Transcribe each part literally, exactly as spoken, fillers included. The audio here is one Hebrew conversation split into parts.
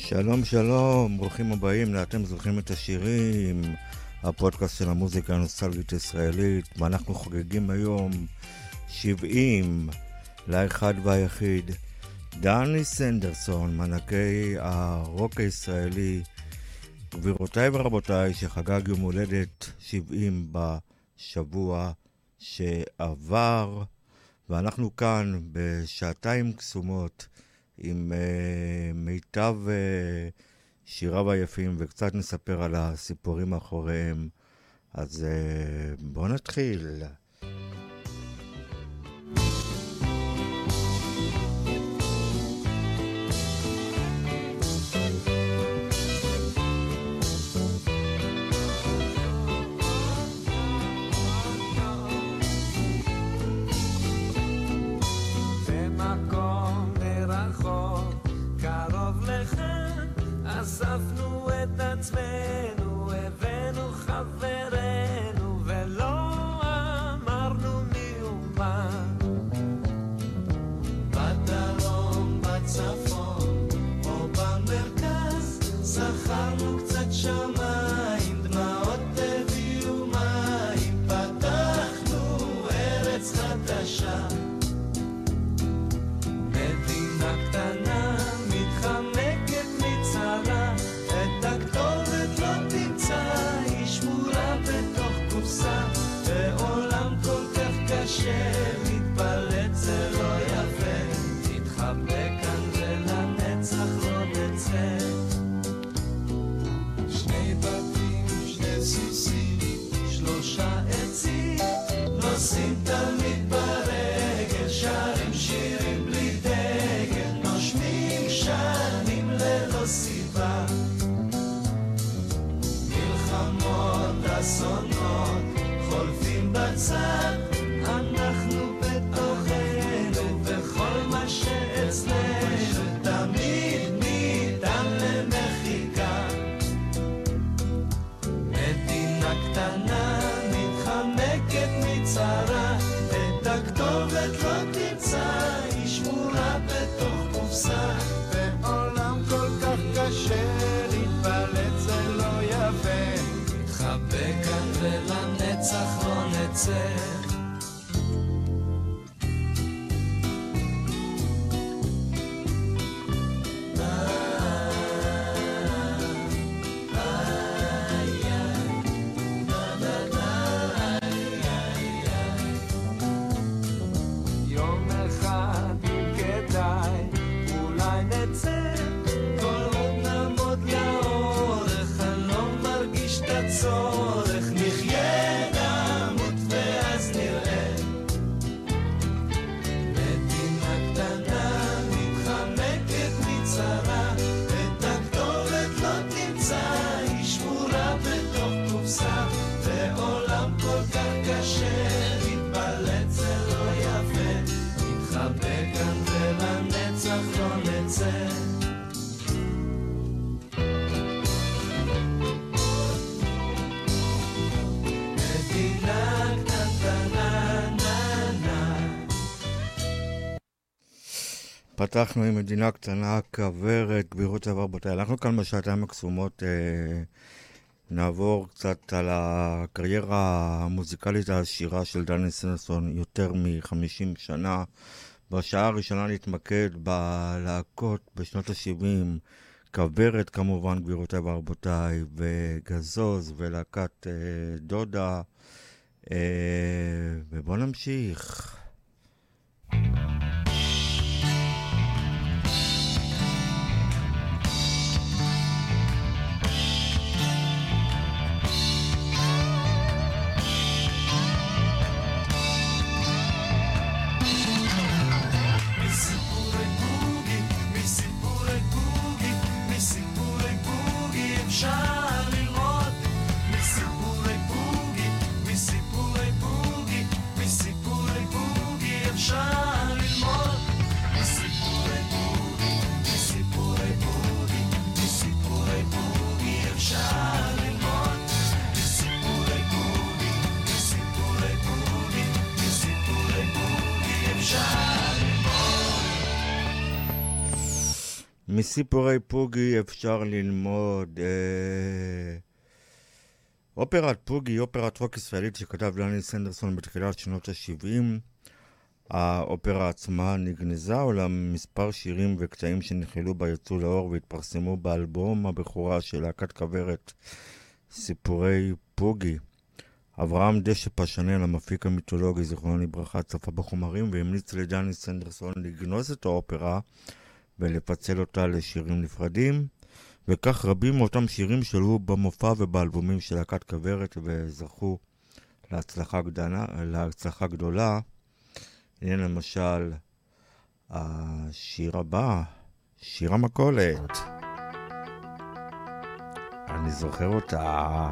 שלום שלום, ברוכים הבאים לאתם זוכרים את השירים, הפודקאסט של המוזיקה הנוסטלגית הישראלית, ואנחנו חוגגים היום שבעים לאחד והיחיד דני סנדרסון, מנהיגי הרוק הישראלי, גבירותיי ורבותיי, שחגג יום הולדת שבעים בשבוע שעבר, ואנחנו כאן בשעתיים קסומות עם uh, מיטב uh, שיריו היפים, וקצת נספר על הסיפורים מאחוריהם. אז uh, בואו נתחיל. אספנו את עצמנו, הבאנו חברנו, ולא אמרנו מאומן. בדרום, בצפון, או במרכז, שכרנו קצת שמיים, דמעות הביאו מים, פתחנו ארץ חדשה. מדינה קטנה, מתחמקת מצרה, את הכתובת לא תמצא, היא שמורה בתוך קופסה, בעולם כל כך קשה, להתפלט זה לא יפה, תתחבא כאן ולנצח לא נצא. שני בתים, שני סוסים, שלושה עצים, נוסעים תמיד ברגל, שרים שירים בלי דגל, נושמים שנים ללא סיבה. מלחמות, אסונות, חולפים בצד, אנחנו בתוכנו, וכל מה שאצלנו תמיד ניתן למחיקה. מדינה קטנה מתחמקת מצרה, את הכתובת לא תמצא, היא שמורה בתוך קופסה, בעולם כל כך קשה, להתפלט זה לא יפה, נתחבא כאן ולנצח לא נצא. צורך נחיה נמות ואז נראה. מדינה קטנה מתחמקת מצרה, את הכתובת לא תמצא, היא שמורה בתוך קופסה, בעולם כל כך קשה, להתפלט זה לא יפה, נתחבא כאן ולנצח לא נצא. פתחנו עם מדינה קטנה, כברת, גבירות ורבותיי. אנחנו כאן בשעתיים הקסומות אה, נעבור קצת על הקריירה המוזיקלית העשירה של דני סנדרסון, יותר מ-חמישים שנה. בשעה הראשונה נתמקד בלהקות בשנות ה-שבעים, כברת כמובן, גבירותיי ורבותיי, וגזוז ולהקת אה, דודה. אה, ובואו נמשיך. סיפורי בוגי, מסיפורי פוגי אפשר ללמוד אה, אופרת פוגי, אופרת רוק ישראלית שכתב דני סנדרסון בתחילת שנות ה-שבעים. האופרה עצמה נגנזה, אולם מספר שירים וקטעים שנחלו בה יצאו לאור והתפרסמו באלבום הבכורה של להקת כוורת, סיפורי פוגי. אברהם דשא פשנל, המפיק המיתולוגי, זיכרונו לברכה, צפה בחומרים והמליץ לדני סנדרסון לגנוז את האופרה ולפצל אותה לשירים נפרדים, וכך רבים מאותם שירים שלו במופע ובאלבומים של להקת כוורת וזכו להצלחה גדולה, להצלחה גדולה. הנה למשל השיר הבא, שיר המכולת. אני זוכר אותה.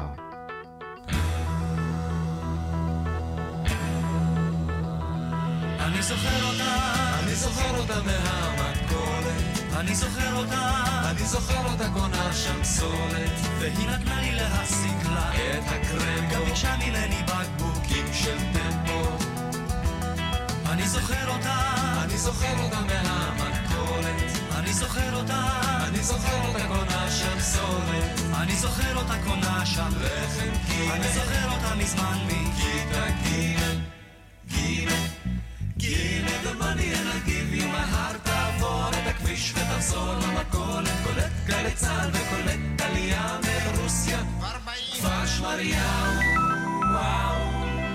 אני זוכר אותה, אני זוכר אותה מהמכולת. אני זוכר אותה, אני זוכר אותה קונה שם סולת. והיא נתנה לי להסיק לה את הקרמבו, גם ביקשה ממני בקבוקים של טמפו. אני זוכר אותה, אני זוכר אותה מהמכולת. אני זוכר אותה, אני זוכר אותה קונה שם סולת. אני זוכר אותה קונה שם לחם גימל. אני זוכר אותה מזמן מכיתה גימל. גימל, גימל, the money and I'll give you my heart. תעבור את הכביש ותחזור למכולת. קולט גלי צהל וקולט עלייה מרוסיה. כפר שמריהו, וואו.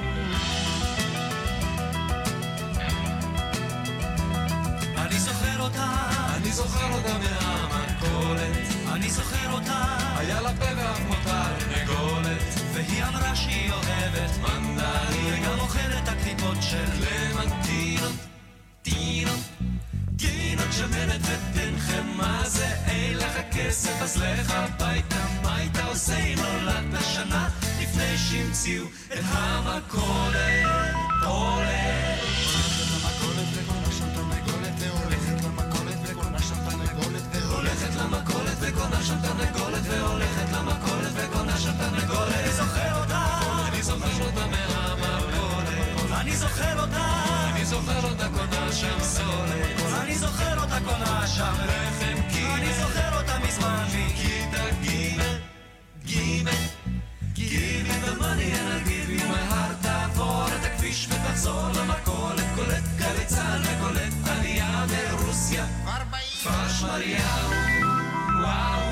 אני זוכר אותה, אני זוכר אותה מהמכולת. אני זוכר אותה, היה לה פה ואף מותר נגולת. והיא אמרה שהיא אוהבת מנדרים, וגם אוכלת הקליפות של למנטינות. טינות, גינות שמנת ותנחם. מה זה אין לך כסף אז לך הביתה. מה היית עושה אם נולדת שנה לפני שהמציאו את המכולת? הולך הולכת למכולת וקונה שם תרנגולת, והולכת למכולת וקונה שם תרנגולת. אני זוכר אותה, אני זוכר אותה מהמכולת. אני זוכר אותה, אני זוכר אותה קונה שם סולת. אני זוכר אותה קונה שם לחם גימל. אני זוכר אותה מזמן מכיתה גימל. גימל, גימל, the money and I'll give you my heart. תעבור את הכביש ותחזור למכולת. קולט גלי צהל וקולט עלייה מרוסיה. כפר שמריהו, וואו.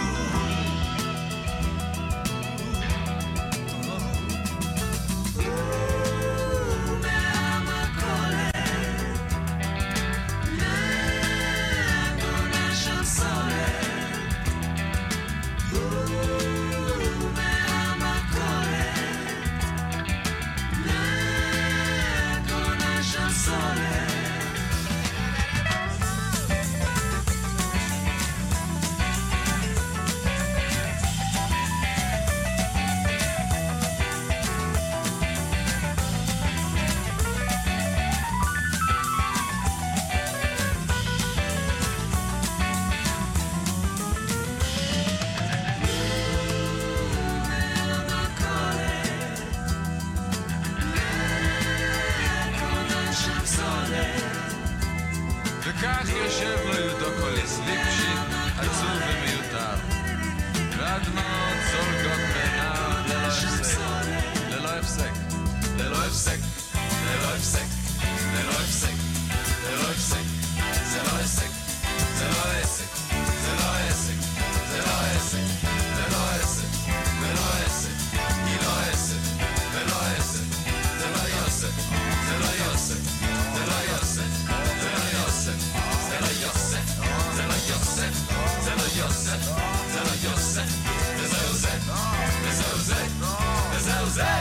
וכך יושב לו יודוקוליס ליפשיט, עצוב ומיותר, והדמעות זולגות מעיניו ללא הפסק, ללא הפסק, ללא הפסק, ללא הפסק, ללא הפסק, ללא הפסק, זה לא עסק, זה לא עסק, זה לא עסק, זה לא עסק, זה לא עסק, ולא עסק, היא לא עסק, ולא עסק, זה לא יוסף, זה לא יוסף, זה לא יוסף, זה לא יוסף, זה לא יוסף, זה לא יוסף, זה לא יוסף, זה לא יוסף, וזהו זה, וזהו זה, וזהו זה.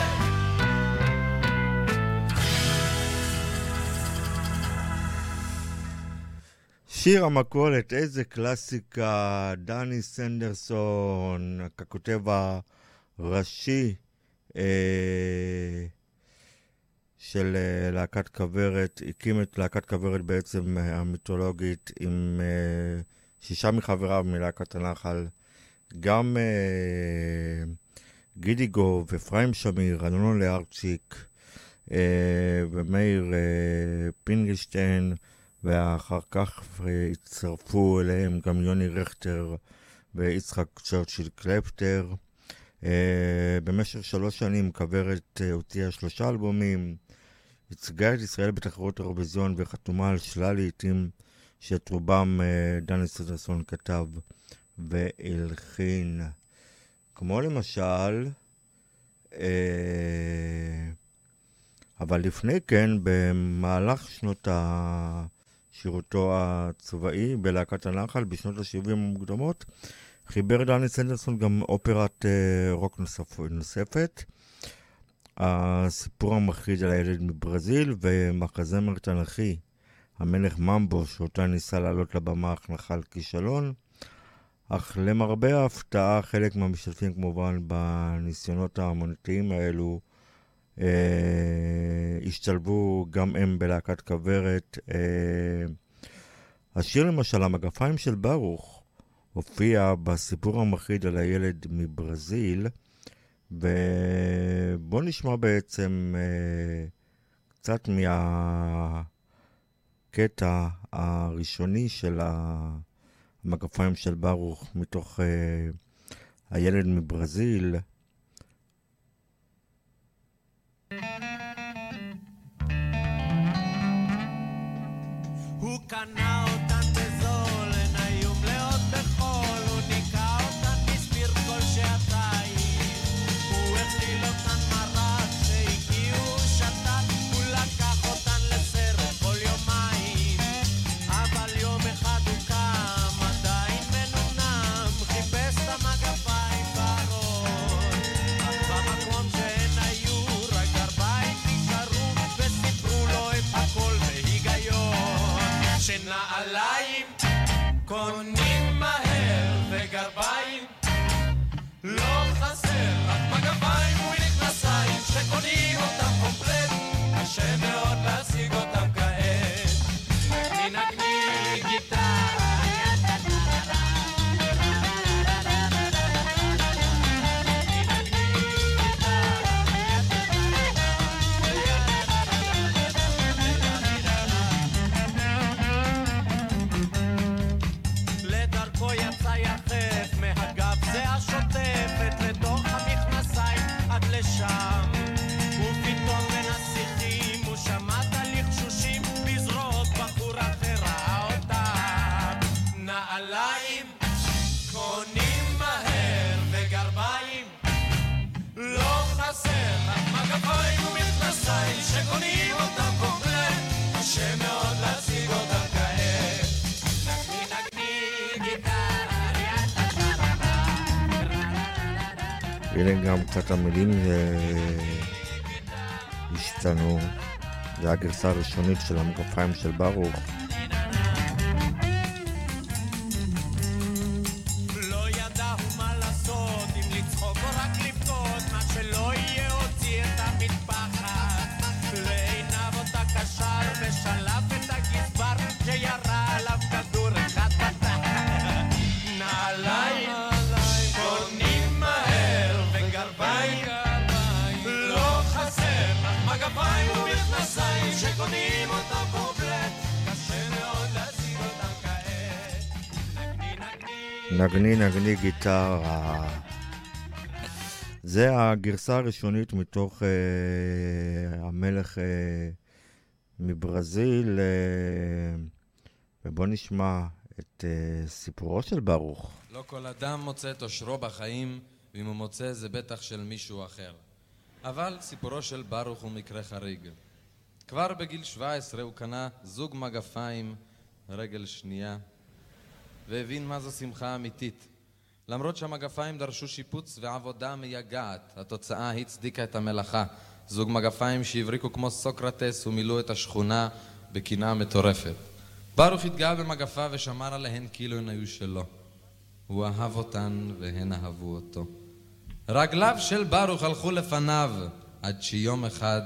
שיר המכולת, איזה קלאסיקה. דני סנדרסון, הכותב הראשי אה, של אה, להקת כוורת, הקים את להקת כוורת בעצם המיתולוגית עם אה, שישה מחבריו מלהקת הנחל, גם אה, גידיגו ואפרים שמיר, אלונו לארצ'יק אה, ומאיר אה, פינגלשטיין ואחר כך הצטרפו אליהם גם יוני רכטר ויצחק צ'רצ'יל קלפטר. במשך שלוש שנים כוורת הוציאה שלושה אלבומים, ייצגה את ישראל בתחרות האירוויזיון וחתומה על שלל לעיתים שאת רובם דני סנדרסון כתב והלחין. כמו למשל, אבל לפני כן, במהלך שנות שירותו הצבאי בלהקת הנחל, בשנות ה-שבעים המוקדמות, חיבר דני סנדרסון גם אופרת רוק נוספת, הסיפור המחריד על הילד מברזיל, ומחזמר תנכי, המלך ממבו, שאותה ניסה לעלות לבמה אך נחל כישלון. אך למרבה ההפתעה, חלק מהמשתתפים כמובן בניסיונות האמנותיים האלו אה, השתלבו גם הם בלהקת כוורת. אה, השיר למשל, המגפיים של ברוך, הופיע בסיפור המחריד על הילד מברזיל, ובוא נשמע בעצם אה, קצת מהקטע הראשוני של המגפיים של ברוך מתוך אה, הילד מברזיל. הוא קנה אותן בזול, הן היו מלאות בחול, הוא ניקה אותן בסביר כל שעתיים, הוא הכיל אותן מרק שהגיעו שתת, הוא לקח אותן לסרט כל יומיים, אבל יום אחד הוא קם עדיין מנונם, חיפש את המגפיים בארון, אך במקום שהן היו רק גרביים נשארו וסיפרו לו את הכל בהיגיון, שנעליים קונים מהר וגרביים לא חסר, רק מגפיים ומכנסיים שקונים אותם קומפלט, קשה מאוד להשיג אותם כעת. נגני נגני גיטרה לדרכו יצא יחף מהגב זה השוטפת לתוך המכנסיים עד לשם, ופתאום בין השיחים הוא שמע תהליך שושים בזרועות בחור אחר ראה אותם, נעליים קונים מהר וגרביים לא חסר, רק מגפיים ומכנסיים שקונים אותם קומפלט, קשה מאוד להשיג אותם כעת. נגני נגני גיטרה הנה גם קצת המילים השתנו. זה הגרסה הראשונית של המגפיים של ברוך. לא ידע הוא מה לעשות, אם לצחוק או רק לבכות, מה שלא יהיה הוציא את המטפחת, לעיניו אותה קשר ושלף את הגזבר שירה עליו כדור אחד בתחת. נעליים קונים מהר וגרביים לא חסר, רק מגפיים ומכנסיים שקונים אותם קומפלט, קשה מאוד להשיג אותם כעת. נגני נגני נגני נגני גיטרה. זה הגרסה הראשונית מתוך אה, המלך אה, מברזיל, אה, ובוא נשמע את אה, סיפורו של ברוך. לא כל אדם מוצא את אושרו בחיים, ואם הוא מוצא זה בטח של מישהו אחר. אבל סיפורו של ברוך הוא מקרה חריג. כבר בגיל שבע עשרה הוא קנה זוג מגפיים רגל שנייה, והבין מה זו שמחה אמיתית. למרות שהמגפיים דרשו שיפוץ ועבודה מייגעת, התוצאה הצדיקה את המלאכה. זוג מגפיים שהבריקו כמו סוקרטס ומילאו את השכונה בקינה מטורפת. ברוך התגאה במגפה ושמר עליהן כאילו הן היו שלו. הוא אהב אותן והן אהבו אותו. רגליו של ברוך הלכו לפניו עד שיום אחד...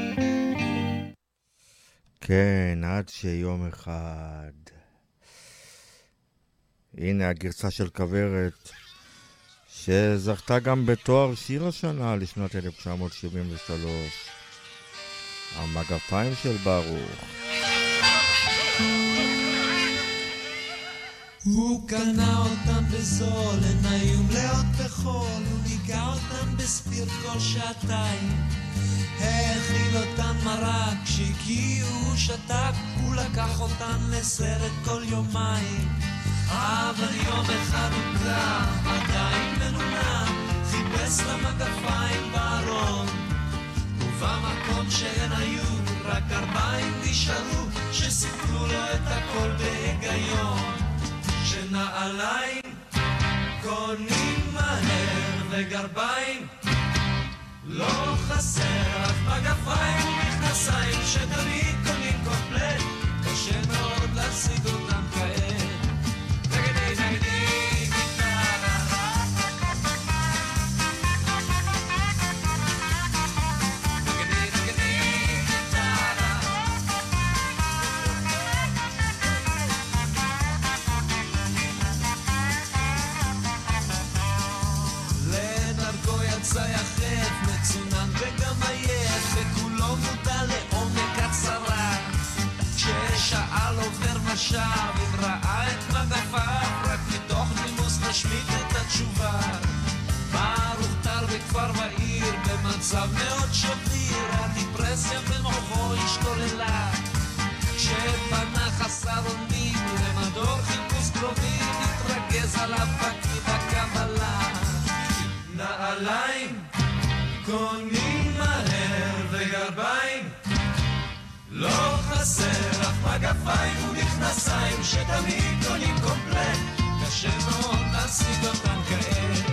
כן, עד שיום אחד. הנה הגרסה של כוורת, שזכתה גם בתואר שיר השנה לשנת אלף תשע מאות שבעים ושלוש. המגפיים של ברוך. הוא קנה אותם בזול, הן היו מלאות בחול, הוא ניגע אותם בספיר כל שעתיים, האכיל אותן מרק, כשהגיעו הוא שתק, הוא לקח אותן לסרט כל יומיים, אבל יום אחד הוא קם, עדיין מנונם, חיפש למגפיים בארון, ובמקום שהן היו, רק ארבעים נשארו, שסיפרו לו את הכל בהיגיון, שנעליים קונים מהר וגרביים לא חסר, אף מגפיים ומכנסיים שתמיד קונים קומפלט, קשה מאוד להשיג אותם כעת. נגדי נגדי גיטרה, נגדי נגדי גיטרה, לדרכו יצא יחף, מצונן וגם עייף, וכולו מודע לעומק הצרה, כששאל עובר ושב, אם ראה את מגפיו, רק מתוך נימוס משמיט את התשובה. ברוך טל בכפר בעיר, במצב מאוד שביר, הדיפרסיה במוחו השתוללה, כשפנה חסר אונים, למדור חיפוש קרובים, התרגז עליו פקיד הקבלה. נעליים קונים מהר וגרביים לא חסר, אף מגפיים ומכנסיים שתמיד קונים קומפלט, קשה מאוד להשיג אותם כעת.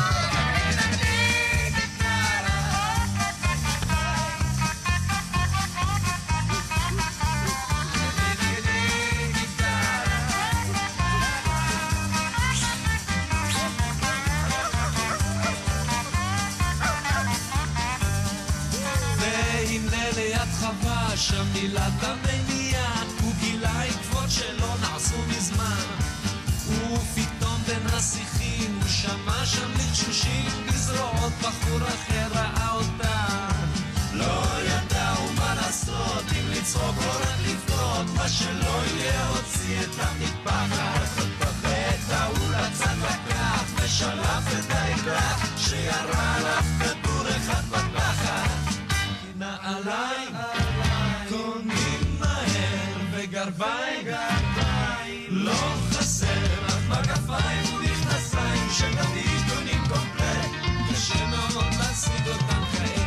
שם מילת המניעה, הוא גילה עקבות שלא נעשו מזמן, ופתאום בין השיחים הוא שמע שם לחשושים בזרועות, בחור אחר ראה אותה, לא ידעו מה לעשות, אם לצחוק או רק לבכות, מה שלא יהיה הוציא את המטפחת, ואת ההוא לצד לקח ושלף את האקלח שירה עליו כדור אחד בתחת. נעליים קונים מהר וגרביים לא חסר, אף מגפיים ומכנסיים שתמיד קונים קומפלט, קשה מאוד להשיג אותם כעת.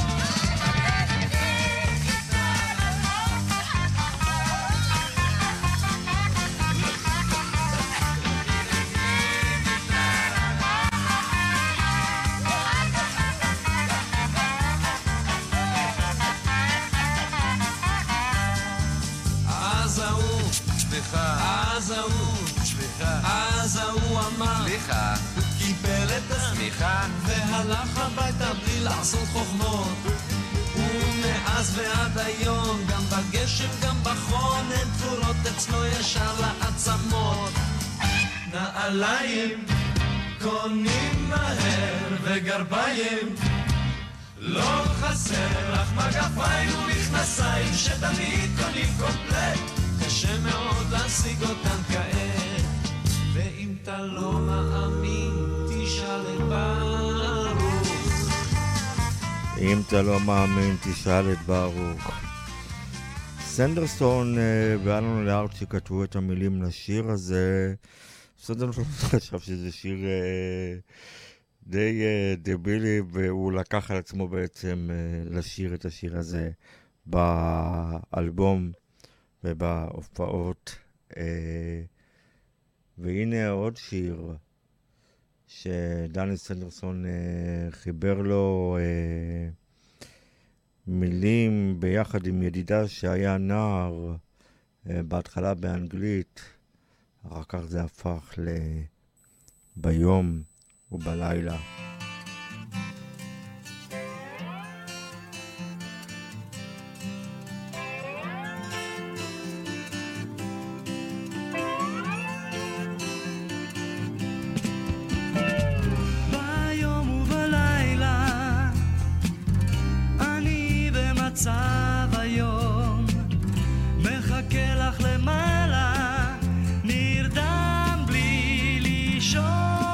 אז ההוא, אז ההוא אמר, הוא קיבל את הסמיכה והלך הביתה בלי לעשות חוכמות, ומאז ועד היום גם בגשם גם בחון הן תפורות אצלו ישר לעצמות. נעליים קונים מהר וגרביים לא חסר, אך מגפיים ומכנסיים שתמיד קונים קומפלט, קשה מאוד להשיג אותם כעת, ואם אתה לא מאמין תשאל את ברוך, אם אתה לא מאמין תשאל את ברוך. סנדרסון ואלון לארצ'י כתבו את המילים לשיר הזה. סנדרסון חשב שזה שיר די דבילי, והוא לקח על עצמו בעצם לשיר את השיר הזה באלבום ובהופעות. והנה עוד שיר שדני סנדרסון חיבר לו מילים ביחד עם ידידה שהיה נער, בהתחלה באנגלית, אחר כך זה הפך לביום ובלילה. מצב היום מחכה לך למעלה, נרדם לישון,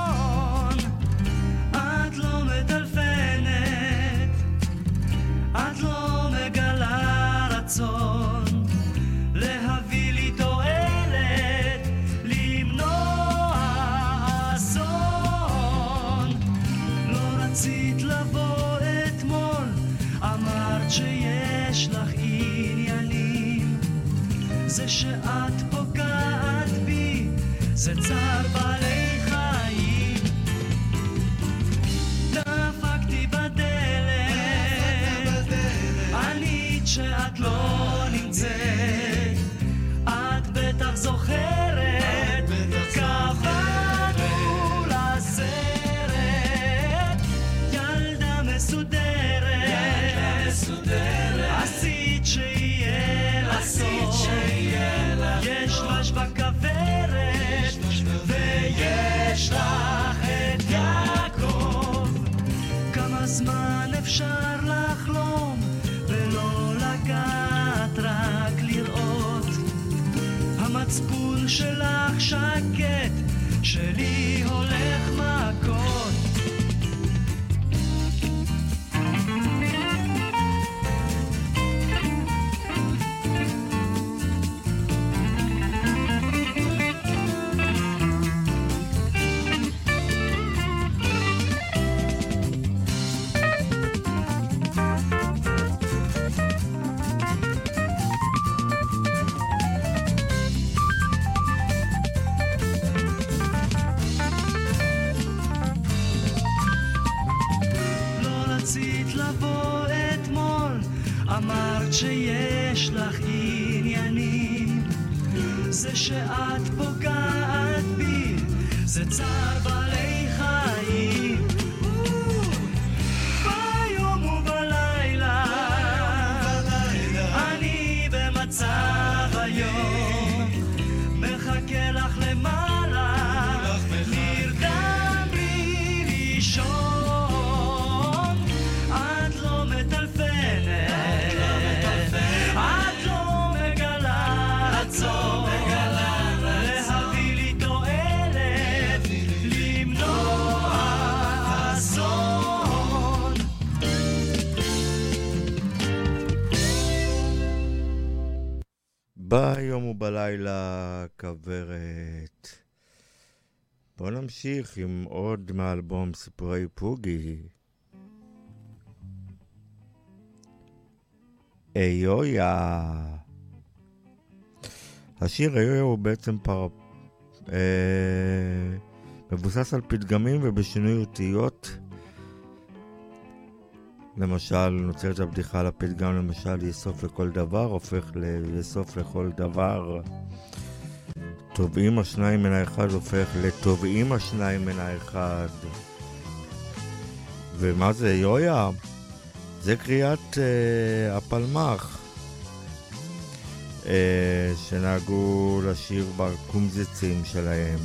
את לא מטלפנת, את לא מגלה רצון להביא לי תועלת, למנוע אסון. לא רצית לבוא אתמול, אמרת שיש לך עניינים, זה שאת פוגעת בי זה צער בעלי חיים. דפקתי בדלת, ענית שאת לא נמצאת, את בטח זוכרת, קבענו לסרט, ילדה מסודרת, עשית שיהיה לה סוף, יש דבש בכוורת ויש לך את יעקב. כמה זמן אפשר לחלום ולא לגעת, רק לראות? המצפון שלך שקט, שלי הולך מכות. אמרת שיש לך עניינים, זה שאת פוגעת בי זה צער בעלי חיים. ביום ובלילה אני במצב היום, מחכה לך למעלה, נרדם בלי לישון, את לא מטלפנת, את לא מגלה רצון להביא לי תועלת, למנוע אסון. ביום ובלילה כוורת. בואו נמשיך עם עוד מאלבום סיפורי פוגי. איויה. השיר איויה הוא בעצם פר... אה... מבוסס על פתגמים ובשינוי אותיות. למשל, נוצרת הבדיחה על הפתגם, למשל, יש סוף לכל דבר, הופך ל... יש סוף לכל דבר. טובעים השניים מן האחד הופך לטובעים השניים מן האחד. ומה זה איויה? זה קריאת אה, הפלמח אה, שנהגו לשיר בקומזיצים שלהם.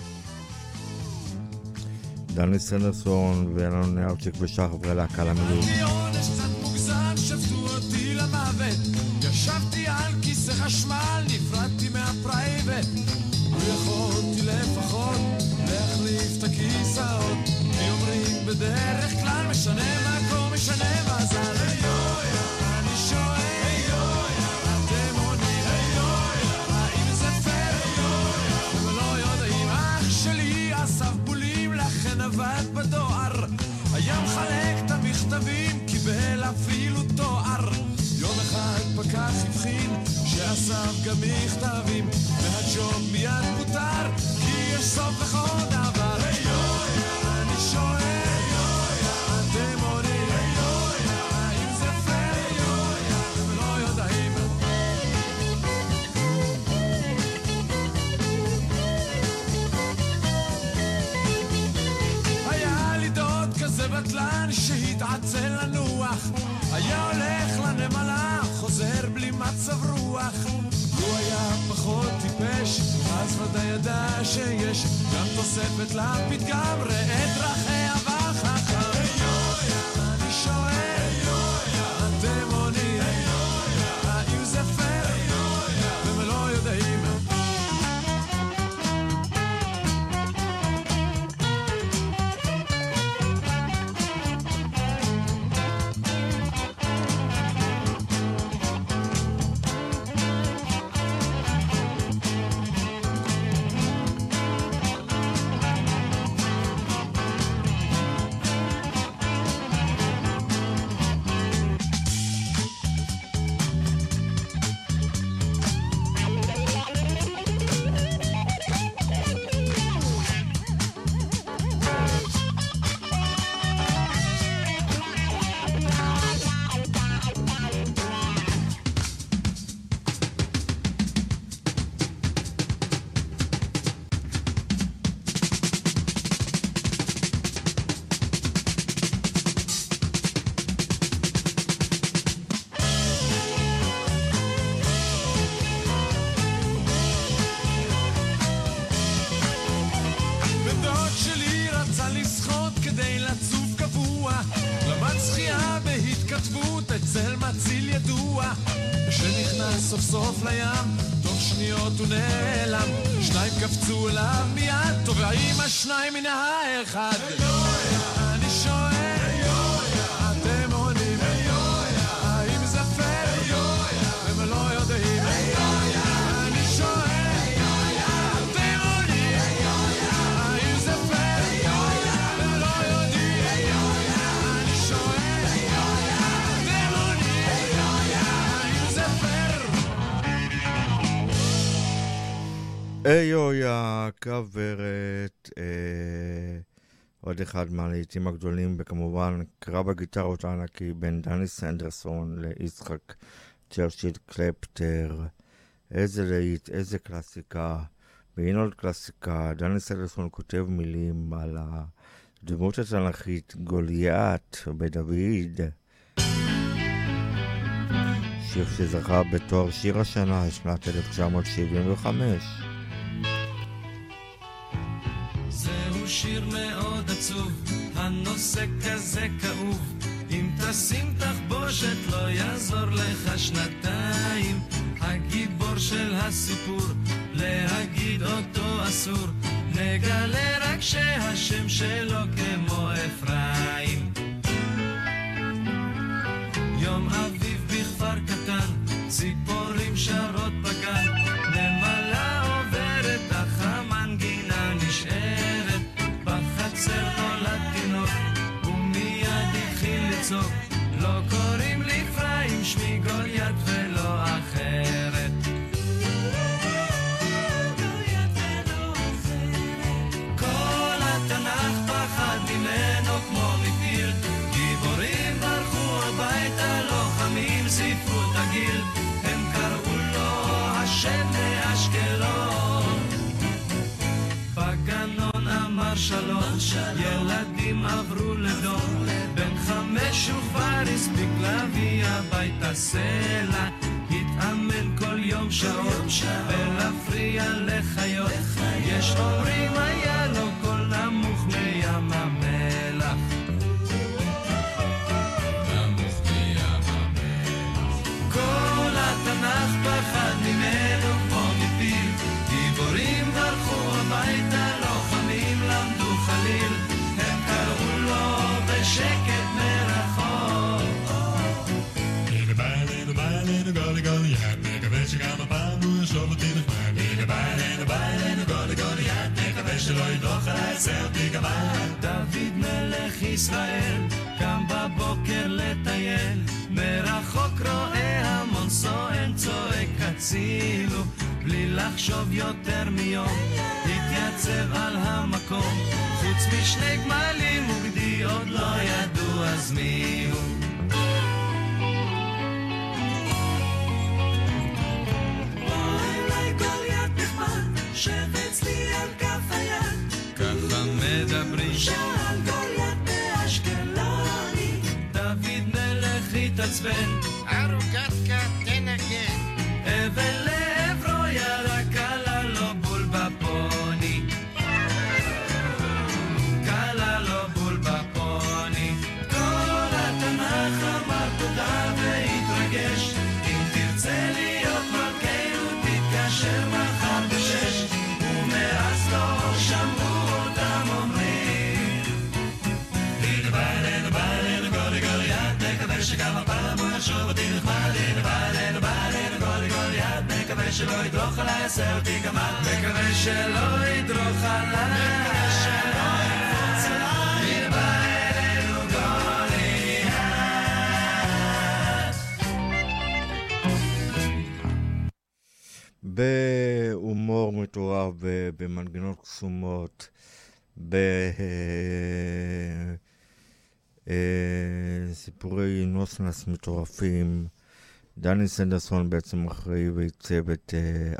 דני סנדרסון ואלון נאוצ'ק ושחר ולהקה למילואים. אני עונש קצת מוגזם, שפטו אותי למוות, ישבתי על כיסא חשמל, נפרדתי מהפרייבט, ויכולתי לפחות להחליף את הכיסאות, כי אומרים בדרך כלל משנה מקום, משנה מזל. איויה, אני שואל, איויה, אתם עונים, איויה, האם זה פייר? איויה, אתם לא יודעים, אח שלי אסף בולים, לכן עבד בדואר, היה מחלק את המכתבים, קיבל אפילו תואר. יום אחד פקח הבחין שאסף גם מכתבים, מהג'וב מיד פוטר, כי יש סוף לכל דבר. איויה, אני שואל, איויה, אתם עונים, איויה, האם זה פייר? איויה, אתם לא יודעים. היה לי דוד כזה בטלן שהתעצל לנוח, היה הולך לנמלה, חוזר בלי מצב רוח. הוא היה פחות טיפש, אז ודאי ידע שיש גם תוספת לפתגם, ראה דרכי אבך אחר. איויה, אני שואל, איויה, אתם עונים, איויה, האם זה פייר? איויה, אתם לא יודעים. אחות שלי רצה לשחות כדי לצוף קבוע, למד שחייה בהתכתבות אצל מציל ידוע, שנכנס סוף סוף לים תוך שניות הוא נעלם, שניים קפצו אליו מיד טובעים השניים מן האחד. אני שואל, אתם עונים האם זה פייר? הם לא יודעים. אני שואל, אתם עונים האם זה פייר? הם לא יודעים. אני שואל, אתם עונים האם זה פייר? איוי הכברת, עוד אחד מהלהיטים הגדולים, וכמובן קרב הגיטרות הענקי בין דני סנדרסון ליצחק צ'רצ'יל קלפטר. איזה להיט, איזה קלאסיקה, והנה עוד קלאסיקה. דני סנדרסון כותב מילים על הדמות התנ"כית גוליית בדוד, שיר שזכה בתואר שיר השנה שנת אלף תשע מאות שבעים וחמש. זהו שיר מאוד עצוב, הנושא כזה כאוב, אם תשים תחבושת לא יעזור לך שנתיים, הגיבור של הסיפור, להגיד אותו אסור, נגלה רק שהשם שלו כמו אפרים. יום אביב בכפר קטן, ציפורים שרות בגן, נמלה עוברת אך המנגינה נשארת, בחצר נולד תינוק ומיד התחיל לצעוק, לא קוראים לי אפרים, שמי גוליית ולא אחרת. כל התנ"ך פחד ממנו כמו מפיר, גיבורים ברחו הביתה, לוחמים זיפו את הגיל, הם קראו לו השם מאשקלון. בגנון אמר שלום, ילדים עברו לדום, בן חמש וכבר הספיק להביא הביתה סלע, התאמן כל יום שעות ולהפריע לחיות, יש אומרים היה לו קול נמוך מים המלח. כל התנ"ך פחד ממנו כמו מפיל, גיבורים ברחו הביתה, לוחמים למדו חליל, הם קראו לו בשקט מרחוק. הנה ביי אלינו ביי אלינו גולי גוליית, מקווה שגם הפעם הוא ישוב אותי נחמד. הנה ביי אלינו ביי אלינו גולי גוליית, מקווה שלא ידרוך עליי עשר אותי גמד. דוד מלך ישראל קם בבוקר לטייל, מרחוק רואה המון סואן צועק הצילו, בלי לחשוב יותר מיום התייצב על המקום, חוץ משני גמלים וגדי עוד לא ידעו אז מי הוא. בואי אליי גוליית נחמד, שב אצלי על כף היד, ככה מדברים שעל גוליית באשקלוני, דוד מלך התעצבן, ארוכת כת תנגן, אבל לעברו ירה קלה לו בול בפוני, קלה לו בול בפוני. כל התנ"ך אמר תודה והתרגש, אם תרצה להיות מלכנו תתקשר מחר בשש, ומאז לא שמעו אותם אומרים, הנה בא אלינו בא אלינו גולי גוליית, מקווה שגם הפעם הוא ישוב אותי נחמד. הנה בא אלינו בא אלינו גולי גוליית, מקווה שלא ידרוך עליי עשה אותי גמד, מקווה שלא ידרוך עליי, מקווה שלא יקפוץ עליי. הנה בא אלינו גוליית. בהומור מטורף, במנגנות קסומות, בסיפורי נוסנס מטורפים, דני סנדרסון בעצם אחראי ועיצב את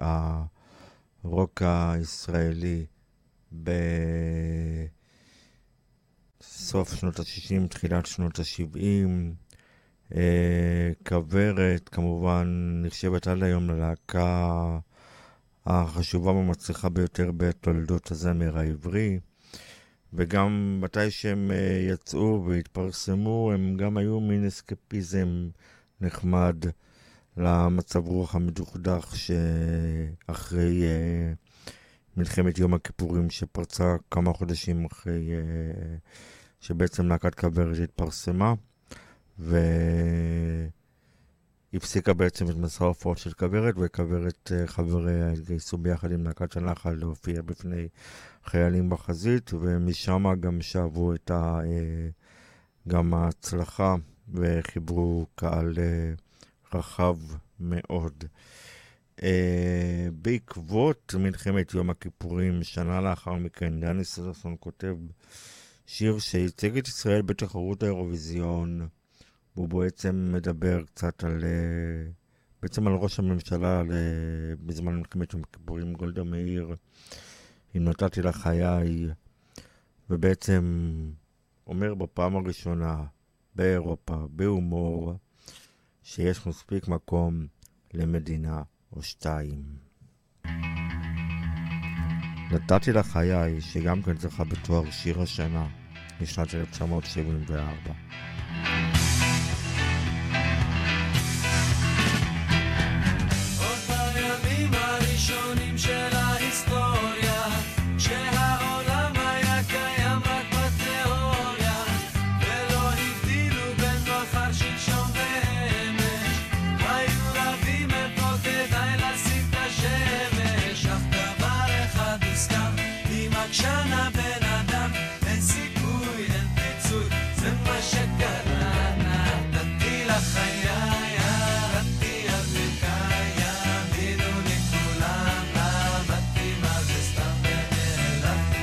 הרוק הישראלי בסוף שנות ה-שישים, תחילת שנות ה-שבעים. כוורת כמובן נחשבת עד היום ללהקה החשובה ומצליחה ביותר בתולדות הזמר העברי. וגם מתי שהם יצאו והתפרסמו, הם גם היו מין אסקפיזם נחמד למצב רוח המדוכדך שאחרי מלחמת יום הכיפורים שפרצה כמה חודשים אחרי שבעצם להקת כוורת התפרסמה, והפסיקה בעצם את מסע ההופעות של כוורת, וכוורת חבריה התגייסו ביחד עם להקת הנחל להופיע בפני חיילים בחזית, ומשם גם שאבו את ה, גם ההצלחה וחיברו קהל רחב מאוד. בעקבות מלחמת יום הכיפורים, שנה לאחר מכן, דני סנדרסון כותב שיר שייצג את ישראל בתחרות האירוויזיון, והוא בעצם מדבר קצת על, בעצם על ראש הממשלה בזמן מלחמת יום הכיפורים, גולדה מאיר, אם נתתי לה חיי, ובעצם אומר בפעם הראשונה באירופה, בהומור, שיש מספיק מקום למדינה או שתיים. נתתי לה חיי, שגם כן זכה בתואר שיר השנה משנת אלף תשע מאות שבעים וארבע. עוד בימים הראשונים של ההיסטוריה, שהעולם היה קיים רק בתיאוריה, ולא הבדילו בין מחר שלשום ואמש, היו רבים איפה כדאי לשים את השמש, אך דבר אחד הוסכם, אם עקשן הבן אדם, אין סיכוי, אין פיצוי, זה מה שקרה. נתתי לחיי, ירדתי על ברכיי, האמינו לי כולם, למדתי מה זה סתם ונעלמתי.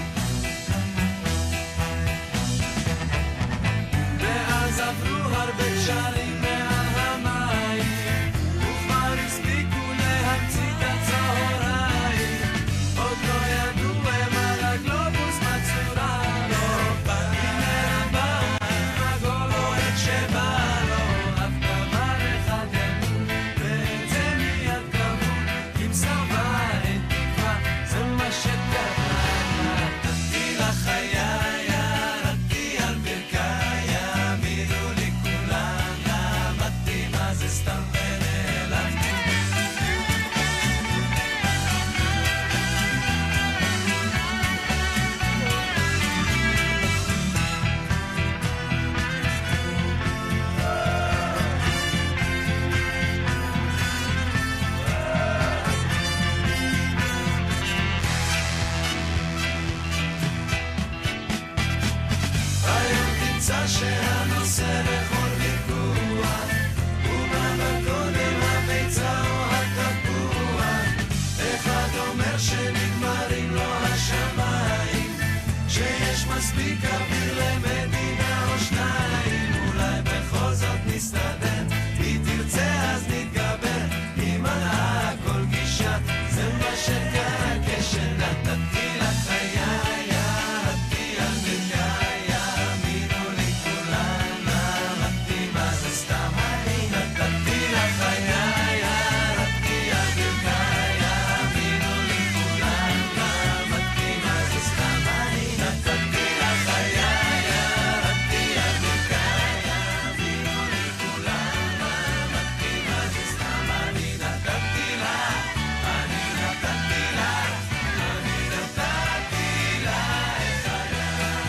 ואז עברו הרבה גשרים מעל המים, וכבר הספיקו להמציא את הצהריים, עוד לא ידעו הם על הגלובוס בצורה, לא הנה הם באו עם הגול או את שבא לו, אף דבר אחד ידעו, ואת זה מיד קבעו, אם סרבה אין תקווה, זה מה שקרה. נתתי לחיי, ירדתי על ברכיי, האמינו לי כולם, למדתי מה זה סתם ונעלמתי. היום תמצא שהנושא לכל ויכוח הוא מה קודם הביצה או התפוח. אחד אומר שנגמרים לו השמיים, שיש מספיק אוויר למדינה או שניים, אולי בכל זאת נסתדר, היא תרצה אז נתגבר, היא מנעה כל גישה, זה מה שקרה כשנתתי לחיי, ירדתי על ברכיי, האמינו לי כולם, למדתי מה זה סתם. נתתי לחיי, ירדתי על ברכיי, האמינו לי כולם, למדתי מה זה סתם. נתתי לחיי, ירדתי על ברכיי, האמינו לי כולם, למדתי מה זה סתם. אני נתתי לה, אני נתתי לה, אני נתתי לה את חיי.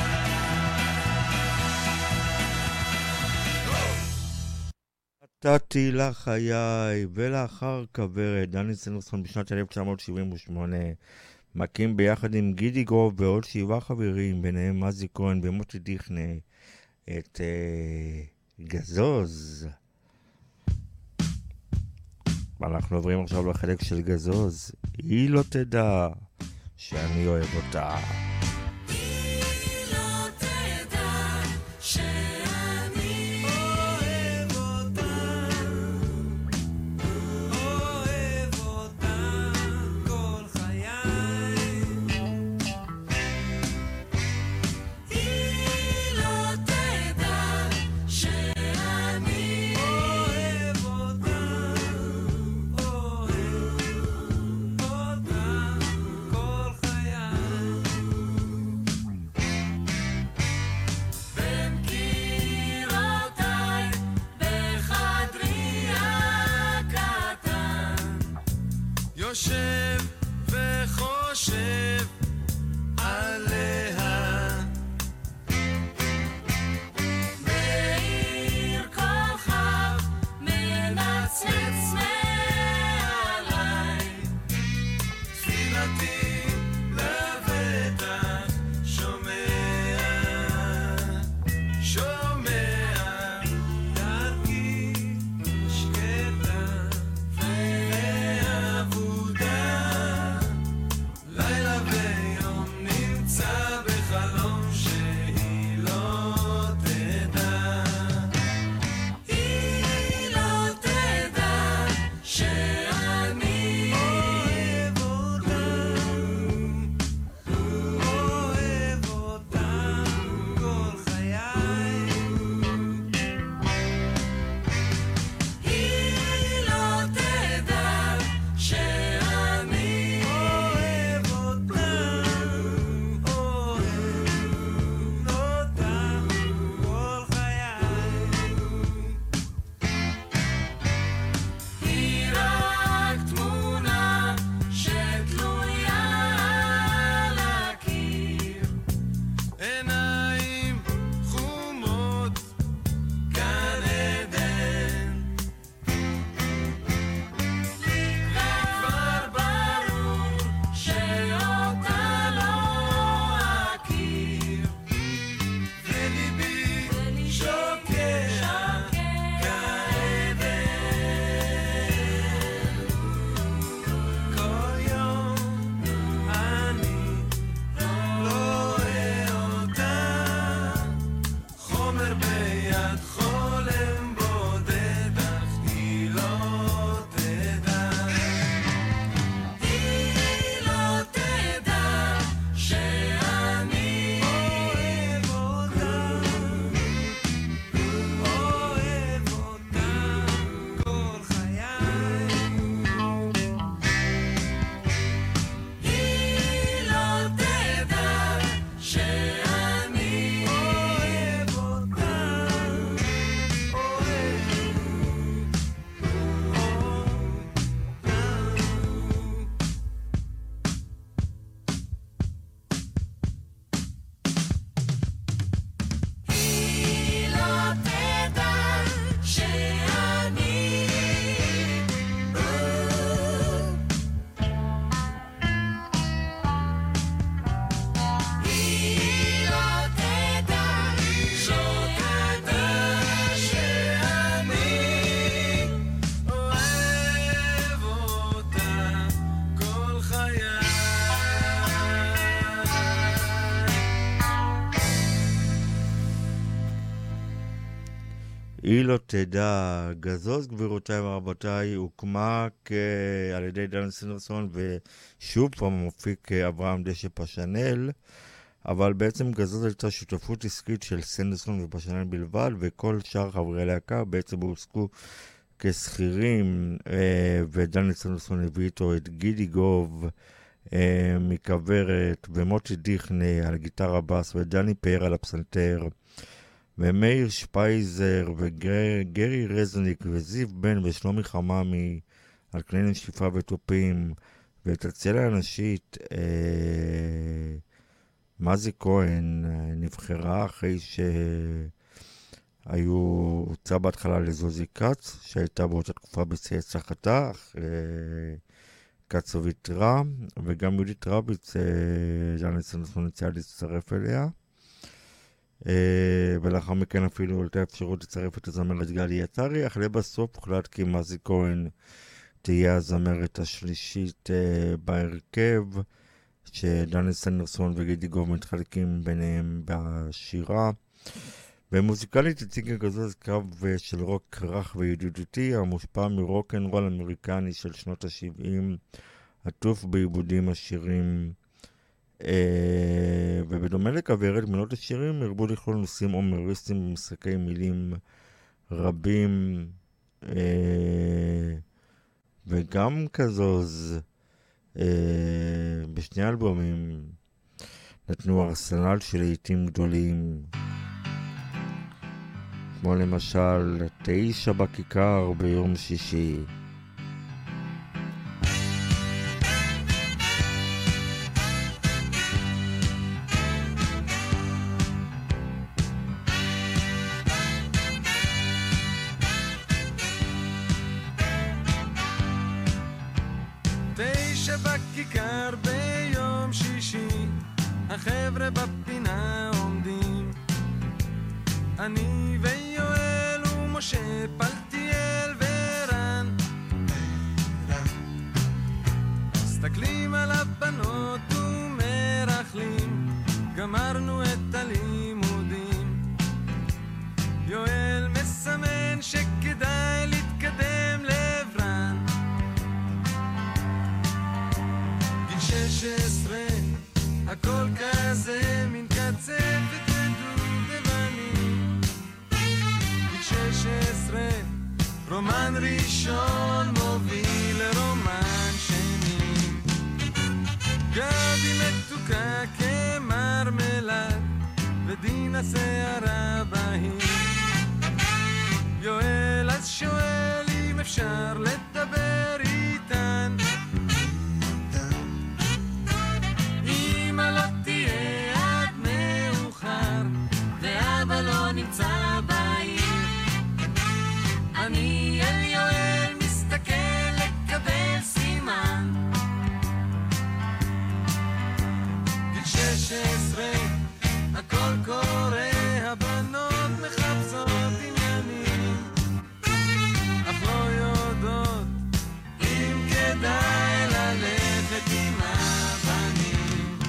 נתתי לה חיי, ולאחר כוורת, דני סנדרסון בשנת אלף תשע מאות שבעים ושמונה מקים ביחד עם גידי גרוב ועוד שבעה חברים, ביניהם מזי כהן ומוטי דיכנה, את אה, גזוז. ואנחנו עוברים עכשיו לחלק של גזוז. היא לא תדע שאני אוהב אותה. היא לא תדע שאני אוהב אותה, אוהב אותה כל חיי. היא לא תדע שאני אוהב אותה, אוהב אותה כל חיי. יושב וחושב עליה מאיר כוכב מנצנץ מעליי תפילתי לבטח שומע שומע דרכי שקטה ואבודה לילה ויום נמצא בחלום שהיא לא תדע היא לא תדע שאני אוהב אותה אוהב אותה כל חיי היא לא תדע שאני אוהב אותה אוהב אותה כל חיי היא רק תמונה שתלויה על הקיר עיניים חומות גן עדן כבר ברור שאותה לא אכיר וליבי שוקע כעדן כל יום אני רואה אותה חומר ביד חולם בודד אך היא לא תדע היא לא תדע שאני אוהב אותה אוהב אותה כל חיי היא לא תדע שאני אוהב אותה היא לא תדע שאני היא לא תדע שאני אוהב אותה כל חיי היא לא תדע. גזוז, גבירותיי ורבותיי, הוקמה כ... על ידי דן סנדרסון ושוב פעם מופיק אברהם דשא פשנל, אבל בעצם גזוז הייתה שותפות עסקית של סנדרסון ופשנל בלבד, וכל שאר חברי הלהקה בעצם הועסקו כשכירים, אה, ודן סנדרסון הביא איתו את גידי גוב אה, מכוורת, ומוטי דיכנה על גיטרה בס, ודני פאר על הפסנתר, ומאיר שפייזר וגרי רזניק וזיו בן ושלומי חממי על כלי נשיפה וטופים, ואת הצלע הנשית אה, מזי כהן אה, נבחרה אחרי שהיו הוצאה בהתחלה לזוזי קץ שהייתה באותה תקופה בשיא הצלחתה, אה, קץ וויתרה, וגם יהודית רביץ אה, דן סנדרסון הציעה להצטרף אליה. Uh, ולאחר מכן אפילו עלתה אפשרות לצרף את הזמרת גלי יצרי, אך לבסוף הוחלט כי מזי כהן תהיה הזמרת השלישית uh, בהרכב, שדני סנדרסון וגידי גוב מתחלקים ביניהם בשירה. ומוזיקלית הציגה גזוז קו של רוק רך וידידותי המושפע מרוק אנד רול אמריקני של שנות ה-שבעים, עטוף בעיבודים עשירים. Uh, ובדומה לכוורת, מילות השירים הרבו לכלול נושאים הומוריסטיים ומשחקי מילים רבים, uh, וגם כזוז uh, בשני אלבומים נתנו ארסנל של לעיתים גדולים, כמו למשל תשע בכיכר ביום שישי. בכיכר ביום שישי, החבר'ה בפינה עומדים, אני ויואל ומשה, פלטיאל ורן, מסתכלים על הבנות ומרחלים, גמרנו את הלימודים. יואל מסמן שכדאי להתקדם לעברן, גיל שש עשרה, הכל כזה מין קצפת ודובדבנים. גיל שש עשרה, רומן ראשון מוביל לרומן שני, גבי מתוקה כמרמלד ודינה שערה בהיר. יואל אז שואל אם אפשר לדבר איתן, אמא לא תהיה עד מאוחר ואבא לא נמצא בעיר. אני אל יואל מסתכל לקבל סימן, גיל שש עשרה, הכל קורה, הבנות מחפשות עניינים, אך לא יודעות אם כדאי ללכת עם הבנים.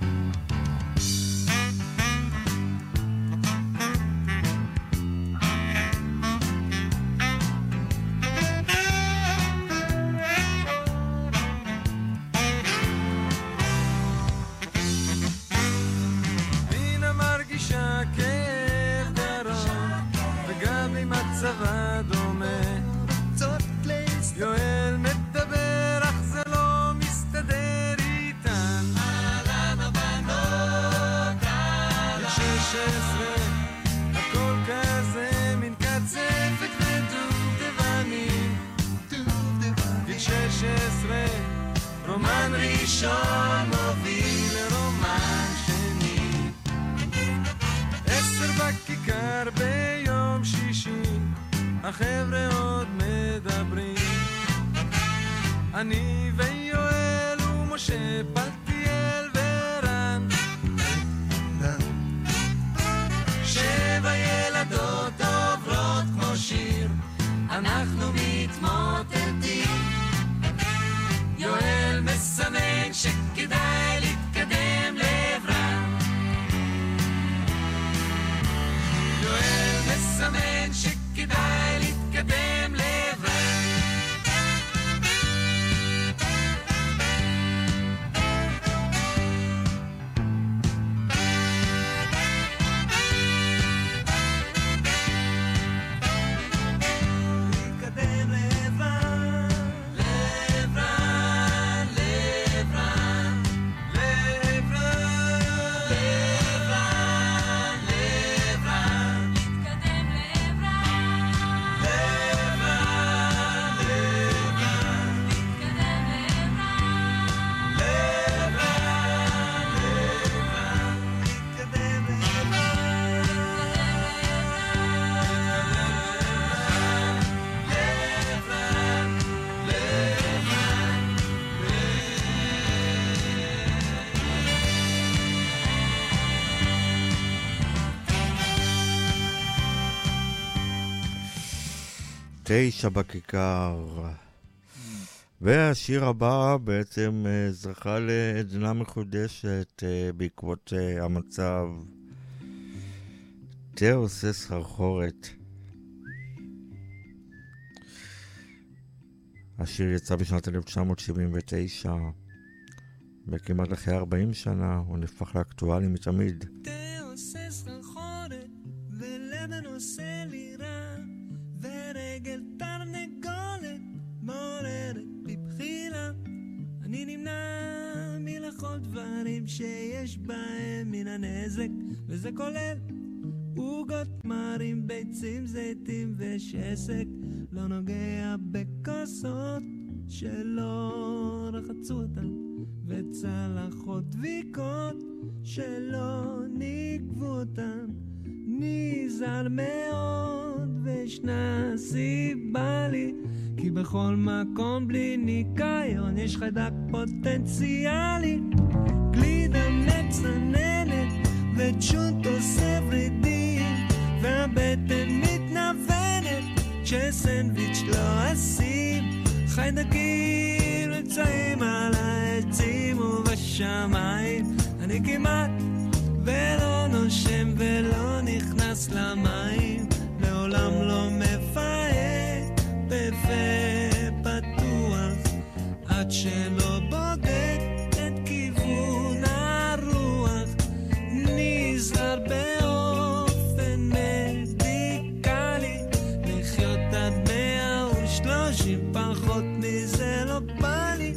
דינה מרגישה כאב גרון וגבי מצבה דומה, יואל מדבר אך זה לא מסתדר איתן. אהלן הבנות, אהלן. שש עשרה, הכל כזה מין קצפת ודובדבנים. גיל שש עשרה, רומן ראשון מוביל לרומן שני. עשר בכיכר ביום שישי, החבר'ה עוד מדברים, אני ויואל ומשה, פלטיאל ורן, שבע ילדות עוברות כמו שיר, אנחנו מתמוטטים. יואל מסמן שכדאי להתקדם לעברן, יואל מסמן שכדאי להתקדם לעברן. תשע בכיכר. והשיר הבא בעצם זכה לעדנה מחודשת בעקבות המצב. תה עושה סחרחורת. השיר יצא בשנת אלף תשע מאות שבעים ותשע, וכמעט אחרי ארבעים שנה הוא נפח לאקטואלי מתמיד. תה עושה סחרחורת ולבן עושה לי רע, ורגל תרנגולת מעוררת בבחילה. אני נמנע מלאכול דברים שיש בהם מן הנזק, וזה כולל עוגות, מרים, ביצים, זיתים ושסק. לא נוגע בכוסות שלא רחצו אותן, וצלחות דביקות שלא נקבו אותן. נזהר מאוד וישנה סיבה לי כי בכל מקום בלי ניקיון יש חיידק פוטנציאלי, גלידה מצננת וצ'וט עושה ורידים, והבטן מתנוונת כשסנדוויץ' לא אשים. חיידקים נמצאים על העצים ובשמיים, אני כמעט ולא נושם ולא נכנס למים, לעולם לא מפהק בפה פתוח עד שלא בודק את כיוון הרוח, נזהר באופן מדיקלי, לחיות עד מאה ושלושים, פחות מזה לא בא לי.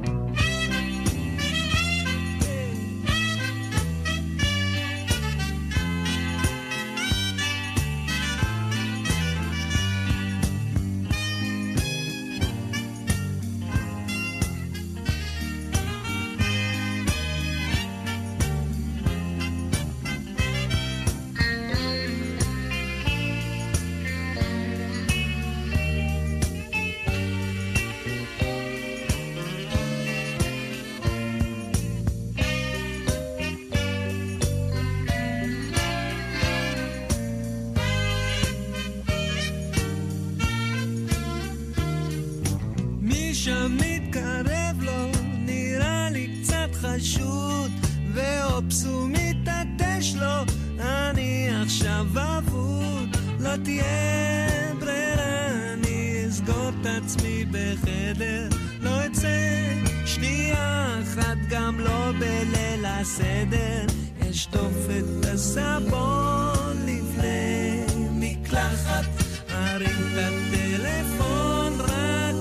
שם מתקרב לו, נראה לי קצת חשוד, ואופסו מתעטש לו, אני עכשיו אבוד, לא תהיה ברירה, אני אסגור את עצמי בחדר, לא אצא שנייה אחת, גם לא בליל הסדר, אשטוף את הסבון לפני מקלחת, ארים את הטלפון רק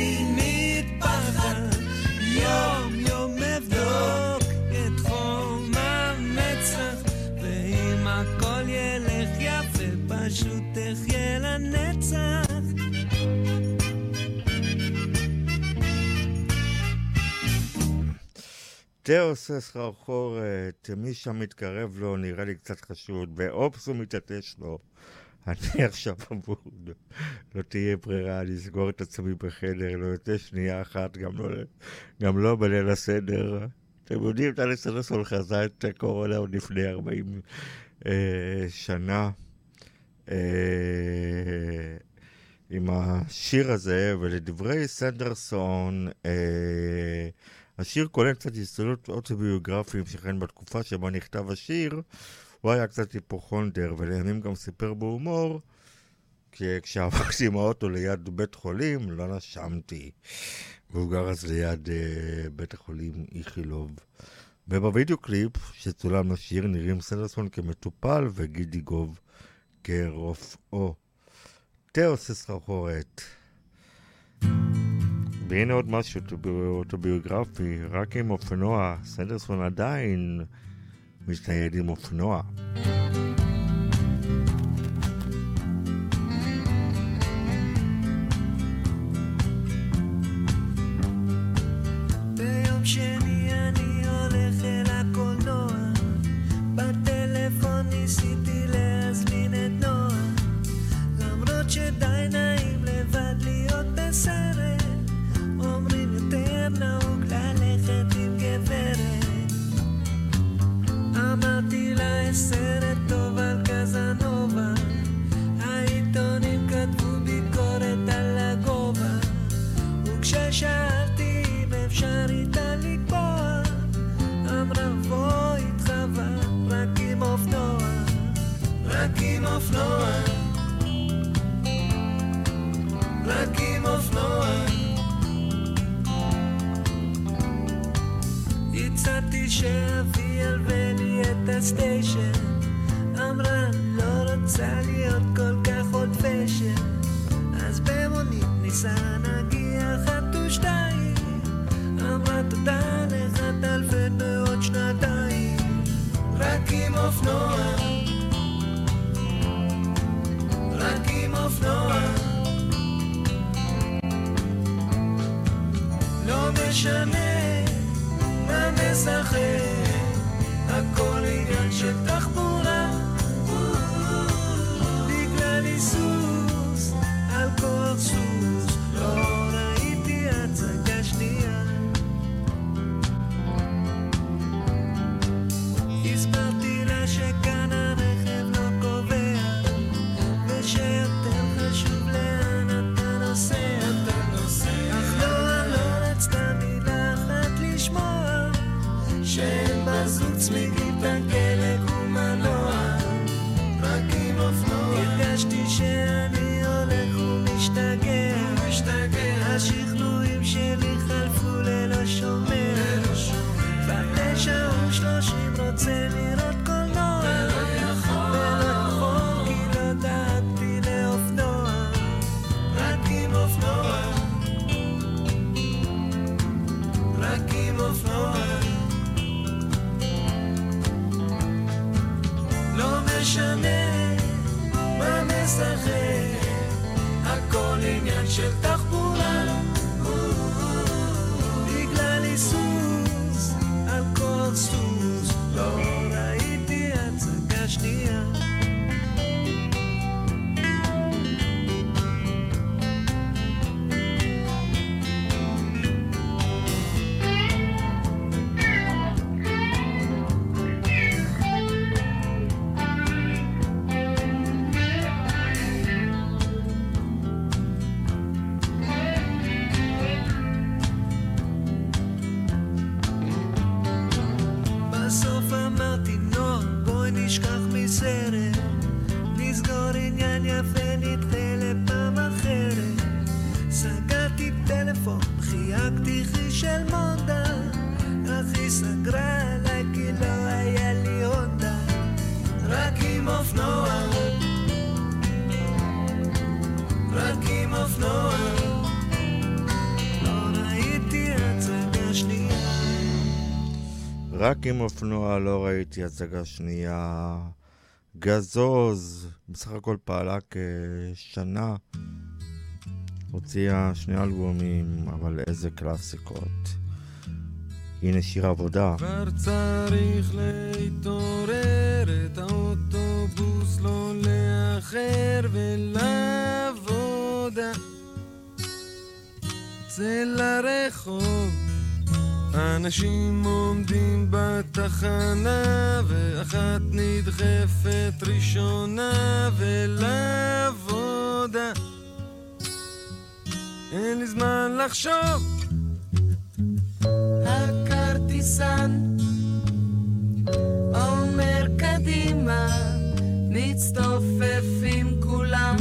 יום יום אבדוק את חום המצח, ואם הכל ילך יפה פשוט תחיה לנצח. תא עושה סחרחורת, מי שם מתקרב לו נראה לי קצת חשוד, ואופס הוא מתעטש לו, אני עכשיו אבוד, לא תהיה ברירה לסגור את עצמי בחדר, לא יותר שנייה אחת, גם לא, גם לא בליל הסדר. אתם יודעים, טלי סנדרסון חזה את קורונה עוד לפני ארבעים אה, שנה, אה, עם השיר הזה, ולדברי סנדרסון, אה, השיר כולל קצת הסתכלות אוטוביוגרפיים שכן בתקופה שבה נכתב השיר, הוא היה קצת היפוכונדר, ולימים גם סיפר בהומור, כי כשעברתי עם האוטו ליד בית חולים, לא נשמתי. והוא גר אז ליד uh, בית החולים איכילוב. ובווידאו קליפ שצולם לשיר נראים סנדרסון כמטופל וגידי גוב כרופאו. תא עושה סחרחורת. והנה עוד משהו אוטוביוגרפי, רק עם אופנוע, סנדרסון עדיין מתנייד עם אופנוע. ביום שני אני הולך אל הקולנוע, בטלפון ניסיתי להזמין את נועה, למרות שדי נעים לבד להיות בסרט, אומרים יותר נהוג ללכת עם גברת. אמרתי לה סרט טוב על קזנובה, העיתונים כתבו ביקורת על הגובה, וכששאלתי אם אפשר איתה לקבוע, אמרה בוא התחווה רק עם אופנוע, רק עם אופנוע, רק עם אופנוע. הצעתי שאביא ילווה לי את הסטיישן, אמרה לא רוצה להיות כל כך עוד פשן, אז במונית ניסה נגיע אחת ושתיים, אמרה תודה לך תלפת בעוד שנתיים, רק עם אופנוע, רק עם אופנוע, לא משנה מה נשחק, הכל עניין של תחבורה, בגלל היסוס על כוח סוס, לא משנה מה משחק, הכל עניין של תחבורה, בגלל היסוס על כל סוס, לא ראיתי הצגה שנייה. רק עם אופנוע לא ראיתי הצגה שנייה. גזוז בסך הכל פעלה כשנה, הוציאה שני אלבומים, אבל איזה קלאסיקות. הנה שיר עבודה. כבר צריך להתעורר, את האוטובוס לא לאחר ולעבודה, צא לרחוב, אנשים עומדים בתחנה, ואחת נדחפת ראשונה ולעבודה. אין לי זמן לחשוב, הכרטיסן אומר קדימה, מצטופפים כולם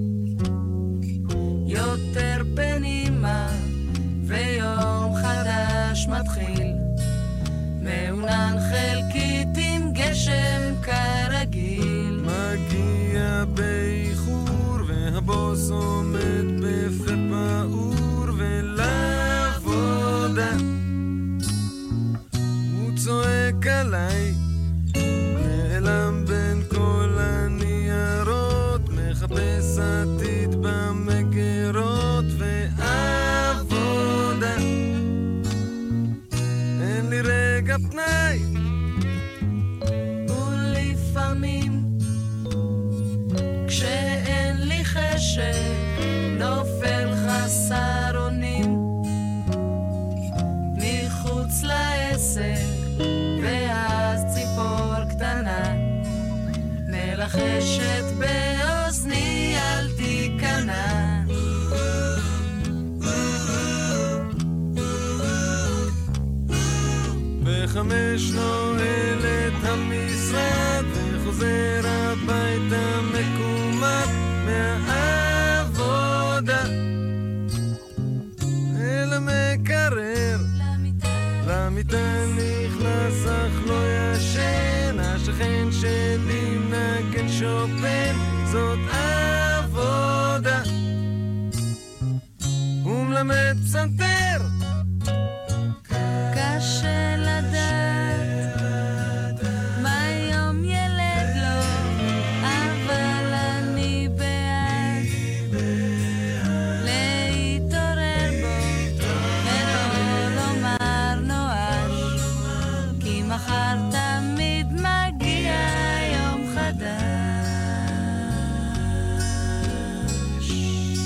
יותר פנימה, ויום חדש מתחיל, מעונן חלקית עם גשם כרגיל. מגיע באיחור והבוס עומד בפה פעור ולעבודה, הוא צועק עליי, נעלם בין כל הניירות, מחפש עתיד במגירות ועבודה. אין לי רגע פנאי, ולפעמים כשאין לי חשק נופל חסר אונים מחוץ לעסק, ואז ציפור קטנה מלחשת באוזני אל תיכנע. בחמש נועל את המשרד וחוזר הביתה מקומט מהעבודה, אל המקרר למיטה נכנס אך לא ישן, השכן שלי מנגן שופן, זאת עבודה. הוא מלמד פסנתר, קשה לדעת מה יום ילד לו, אבל אני בעד להתעורר בו ולא לומר נואש, כי מחר תמיד מגיע יום חדש.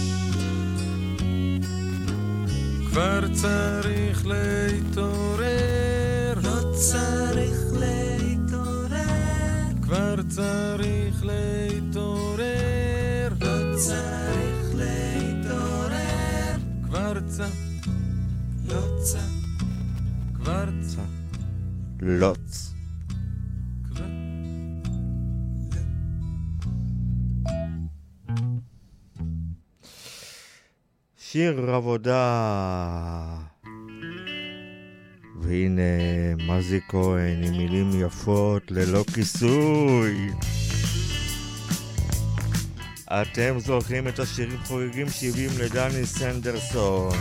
כבר צריך להתעורר, לא צריך להתעורר, כבר צריך להתעורר, לא צריך להתעורר, כבר צ... לא צריך. כבר צ... לוץ. כבר... שיר עבודה. והנה מזי כהן עם מילים יפות ללא כיסוי. אתם זוכרים את השירים חוגגים שבעים לדני סנדרסון.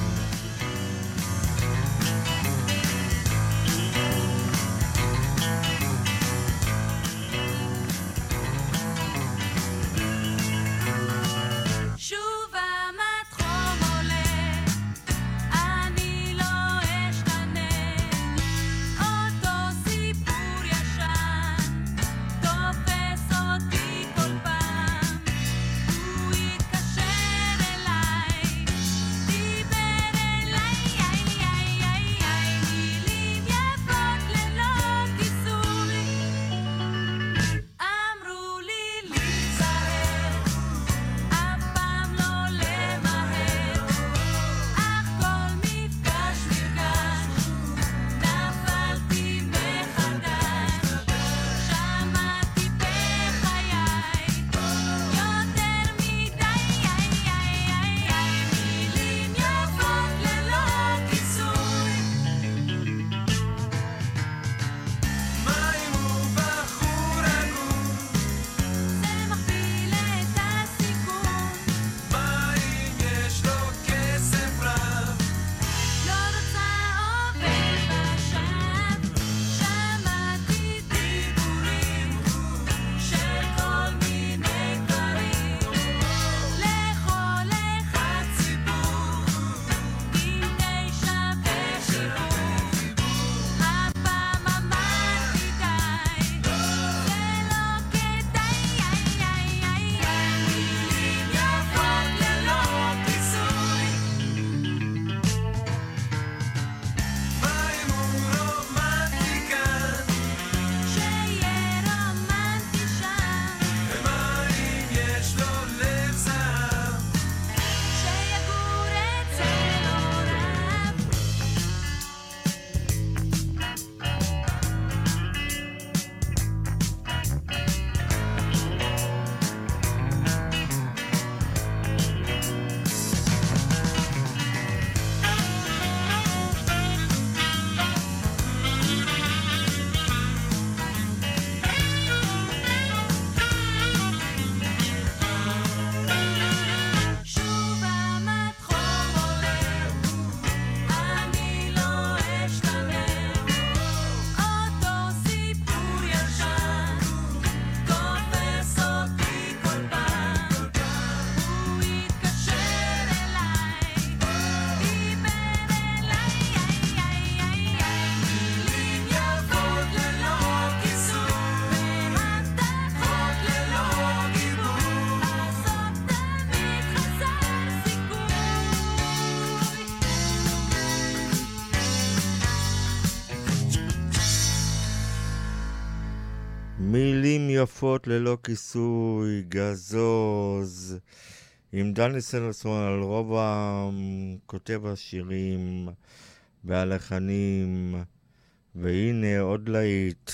יפות ללא כיסוי, גזוז, עם דני סנדרסון על רוב כותב השירים והלחנים, והנה עוד להיט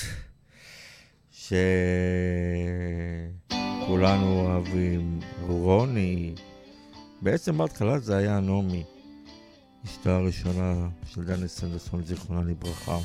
שכולנו אוהבים, רוני. בעצם בהתחלה זה היה נעמי, אשתו הראשונה של דני סנדרסון, זיכרונה לברכה.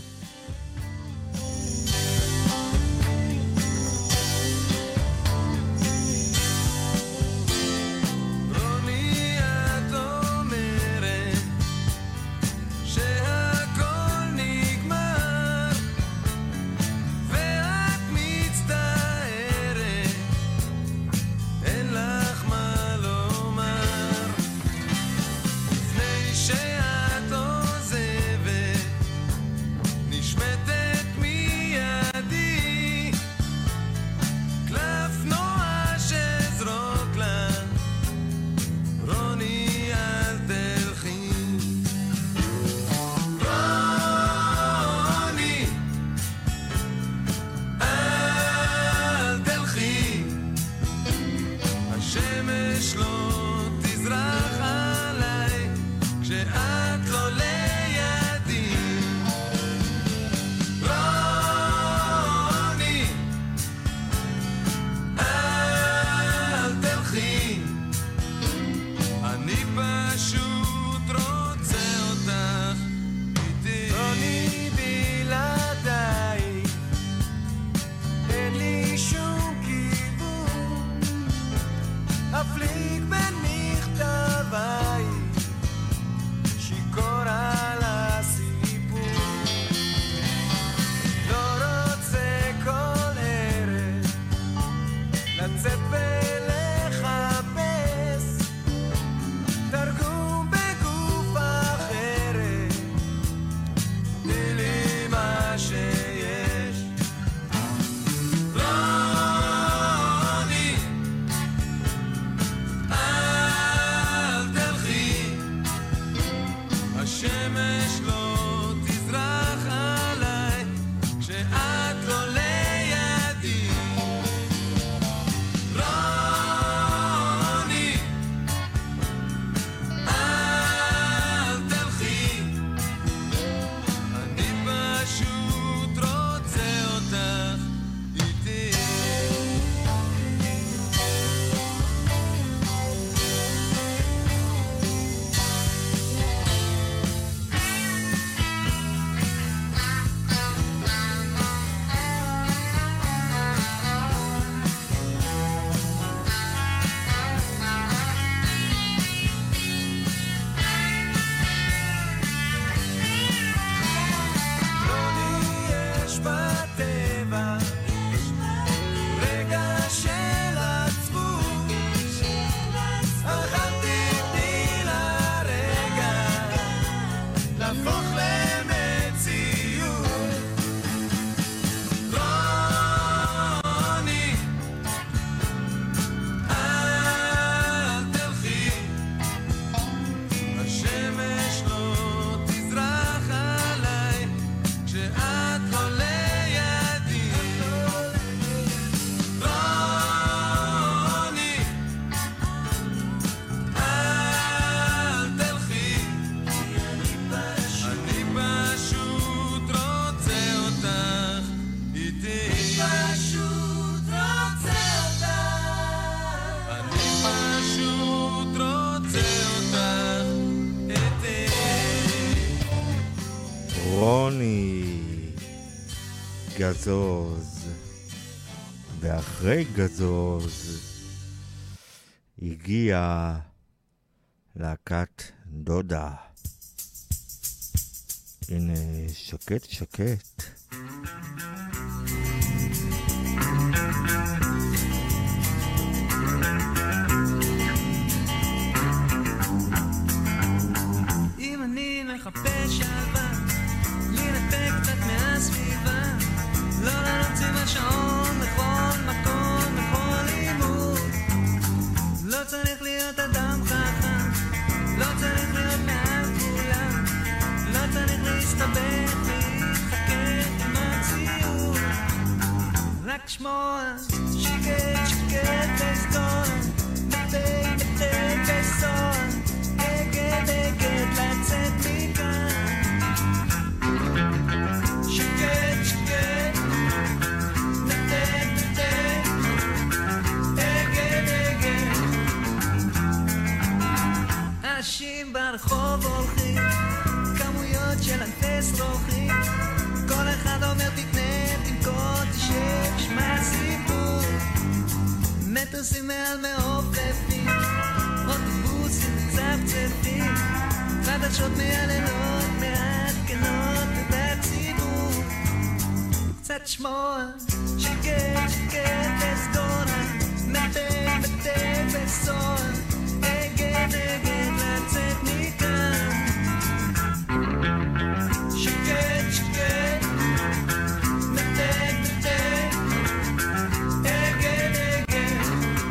גזוז, ואחרי גזוז הגיעה להקת דודה. הנה שקט שקט. אם אני מחפש אהבה, להינתק קצת מהסביבה, לא לעלות עם השעון בכל מקום, בכל עימות. לא צריך להיות אדם חכם, לא צריך להיות מעל כולם, לא צריך להסתבך להתחכם שמוע שקט שקט לסגור מתי מתי בסור אגד אגד לצאת מכאן שקט שקט מתי מתי אגד אגד אנשים ברחוב הולכים כמויות של אלפי שרוכים כל אחד אומר תקנה תנקוט תשב שמע סיפור מטוסים מעל מעופפים אוטובוסים מצפצפים חדשות מעללות מעדכנות את הציבור קצת שמוע שקט שקט לסגור מתי מתי בסור אגד אגד לצאת מכאן שקט שקט מתי מתי אגד אגד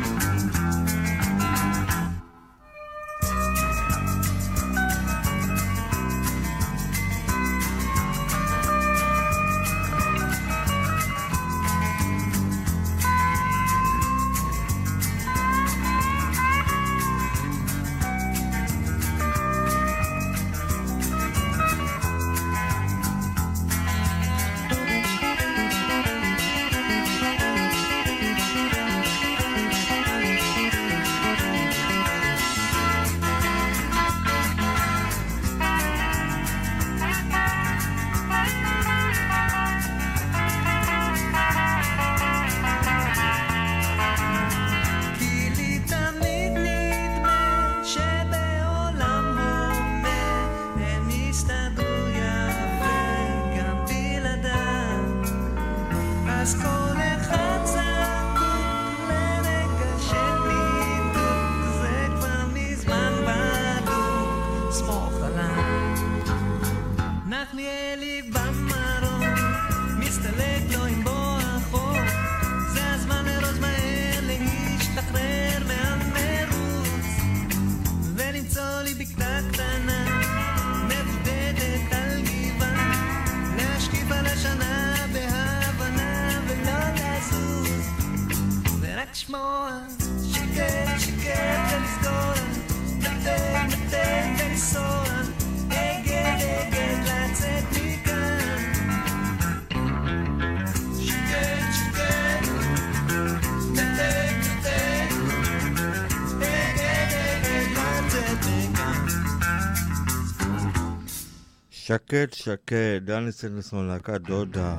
שקט שקט, דני סנדרסון להקת דודה.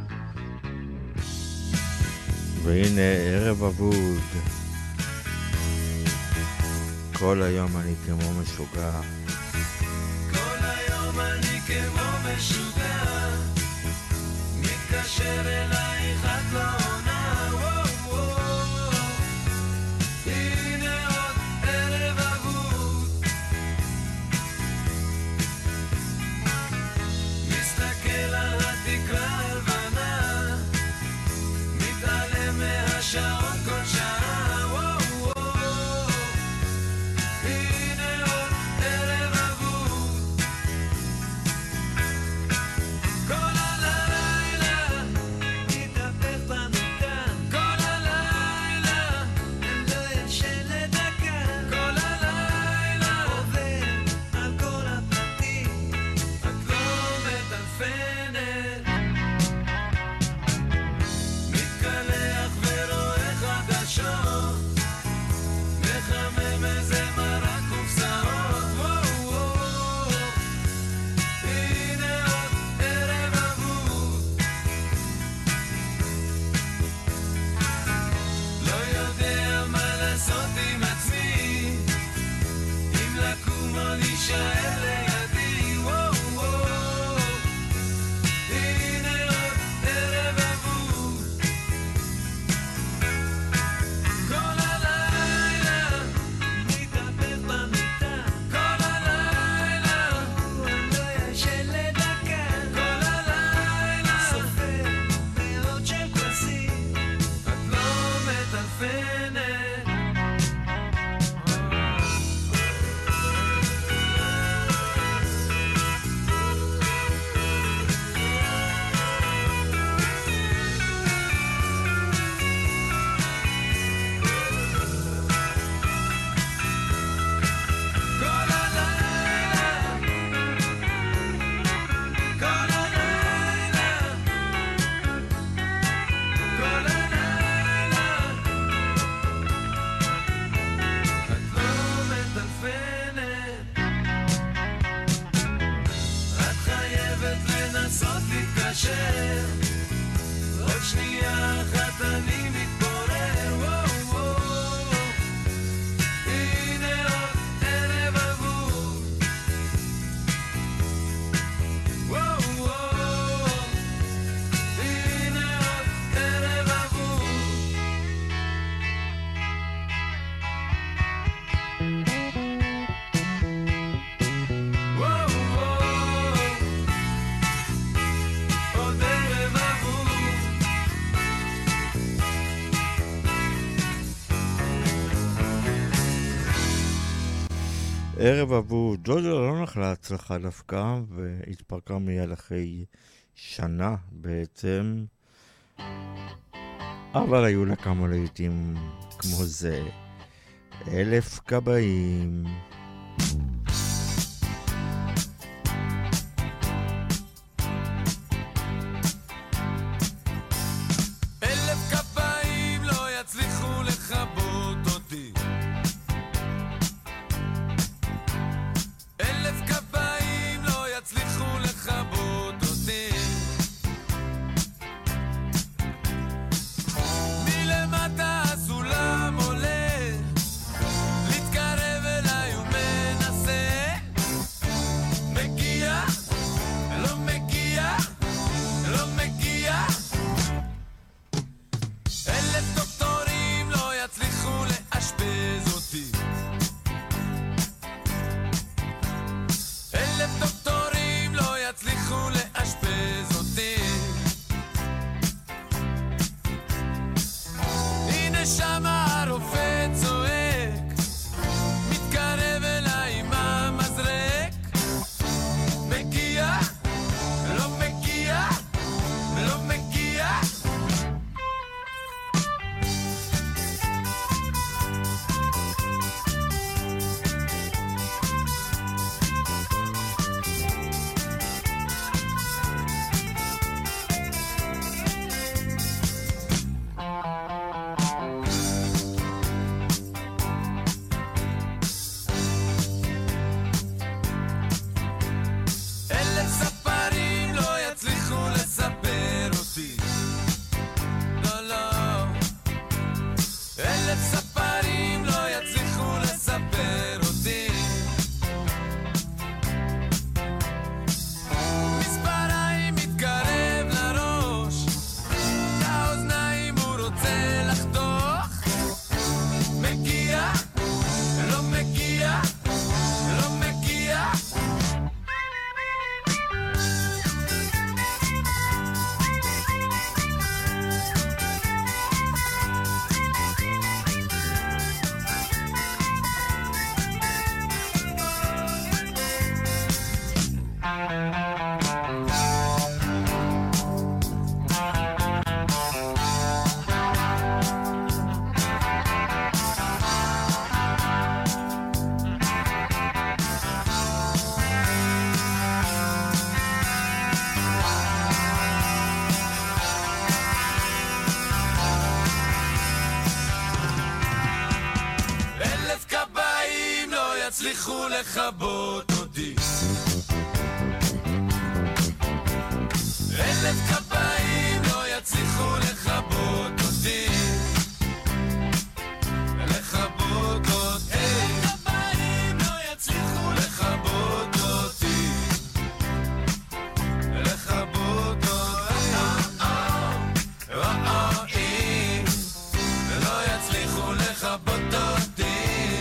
והנה ערב אבוד, כל היום אני כמו משוגע, כל היום אני כמו משוגע, מתקשר אלייך את לא עונה, וואו וואו, הנה עוד ערב אבוד, מסתכל על התקרה הלבנה, מתעלם מהשעון כל שעה, וואו וואו, הנה עוד ערב אבוד, כל הלילה מתהפך במיטה, כל הלילה אני לא ישן לדקה, כל הלילה עובר על כל הפרטים, את לא מטלפנת, מתקלח ורואה חדשות, מחמם איזה מרק קופסאות, וואו וואו, הנה עוד ערב אבוד, לא יודע מה לעשות עם עצמי, אם לקום או להישאר לידי, וואו וואו, הנה עוד ערב אבוד, כל הלילה מתהפך במיטה, כל הלילה אני לא ישן לדקה, כל הלילה סופר מאות של כבשים, את לא מטלפנת. ערב אבוד. דודה לא נחלה הצלחה דווקא, והתפרקה מיד אחרי שנה בעצם. אבל היו לה כמה לעיתים כמו זה. אלף כבאים. יצליחו לכבות אותי. אלף כפיים לא יצליחו לכבות אותי. לכבות אותי. אלף כפיים לא יצליחו לכבות אותי. לכבות אותי. לא יצליחו לכבות אותי.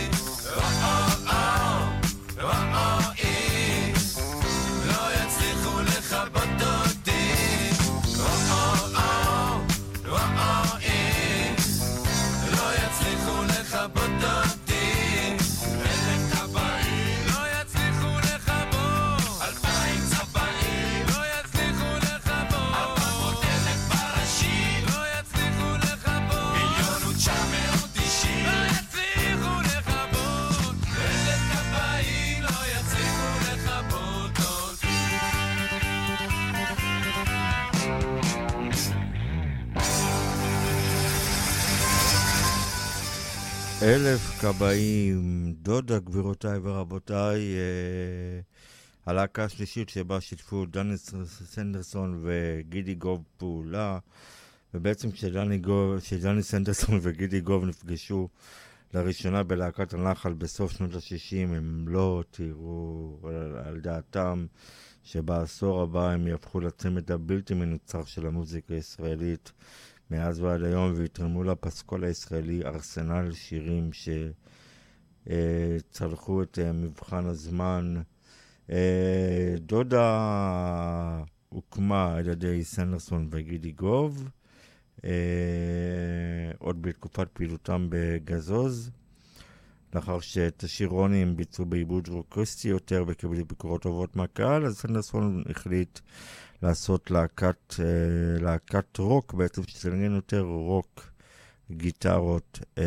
אלף כבאים, דודה, גבירותיי ורבותיי, אה, הלהקה השלישית שבה שיתפו דני סנדרסון וגידי גוב פעולה, ובעצם כשדני, גוב, כשדני סנדרסון וגידי גוב נפגשו לראשונה בלהקת הנחל בסוף שנות ה-שישים, הם לא תראו על, על דעתם שבעשור הבא הם יהפכו לצמד הבלתי מנוצח של המוזיקה הישראלית מאז ועד היום, ויתרמו לפסקול הישראלי ארסנל שירים שצלחו את מבחן הזמן. דודה הוקמה על ידי סנדרסון וגידי גוב, עוד בתקופת פעילותם בגזוז, לאחר שאת השיר רוני הם ביצעו בעיבוד רוקסטי יותר וקיבלו ביקורות טובות מהקהל, אז סנדרסון החליט לעשות להקת, אה, להקת רוק, בעצם שתנגן יותר רוק, גיטרות. אה,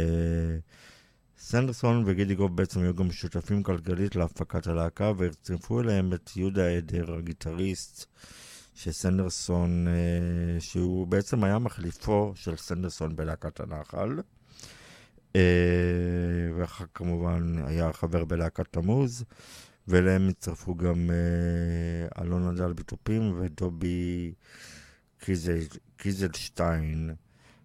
סנדרסון וגידי גוב בעצם היו גם שותפים כלכלית להפקת הלהקה, והצטרפו אליהם את יהודה עדר, הגיטריסט, שסנדרסון, אה, שהוא בעצם היה מחליפו של סנדרסון בלהקת הנחל. ואחר כמובן היה חבר בלהקת תמוז, ואליהם הצטרפו גם אלון נדל ביטופים ודובי קיזלשטיין.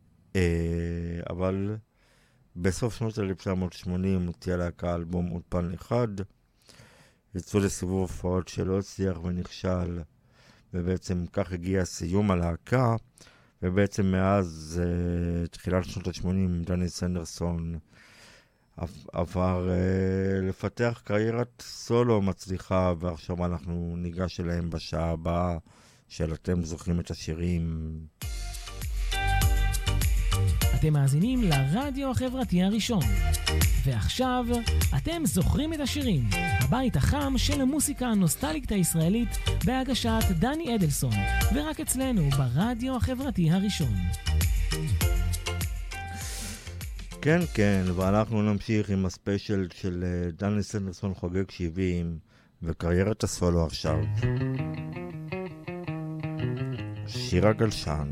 אבל בסוף שנות אלף תשע מאות שמונים הוציאה להקה אלבום אולפן אחד, יצאו לסיבוב הופעות שלא הצליח ונכשל, ובעצם כך הגיע סיום הלהקה. ובעצם מאז uh, תחילת שנות ה-שמונים דני סנדרסון עבר uh, לפתח קריירת סולו מצליחה, ועכשיו אנחנו ניגש אליהם בשעה הבאה של אתם זוכרים את השירים. אתם מאזינים לרדיו החברתי הראשון, ועכשיו אתם זוכרים את השירים, הבית החם של המוסיקה הנוסטלגית הישראלית בהגשת דני אדלסון, ורק אצלנו ברדיו החברתי הראשון. כן, כן, ואנחנו נמשיך עם הספיישל של דני סנדרסון חוגג שבעים וקריירת הסולו עכשיו. שיר הגלשן.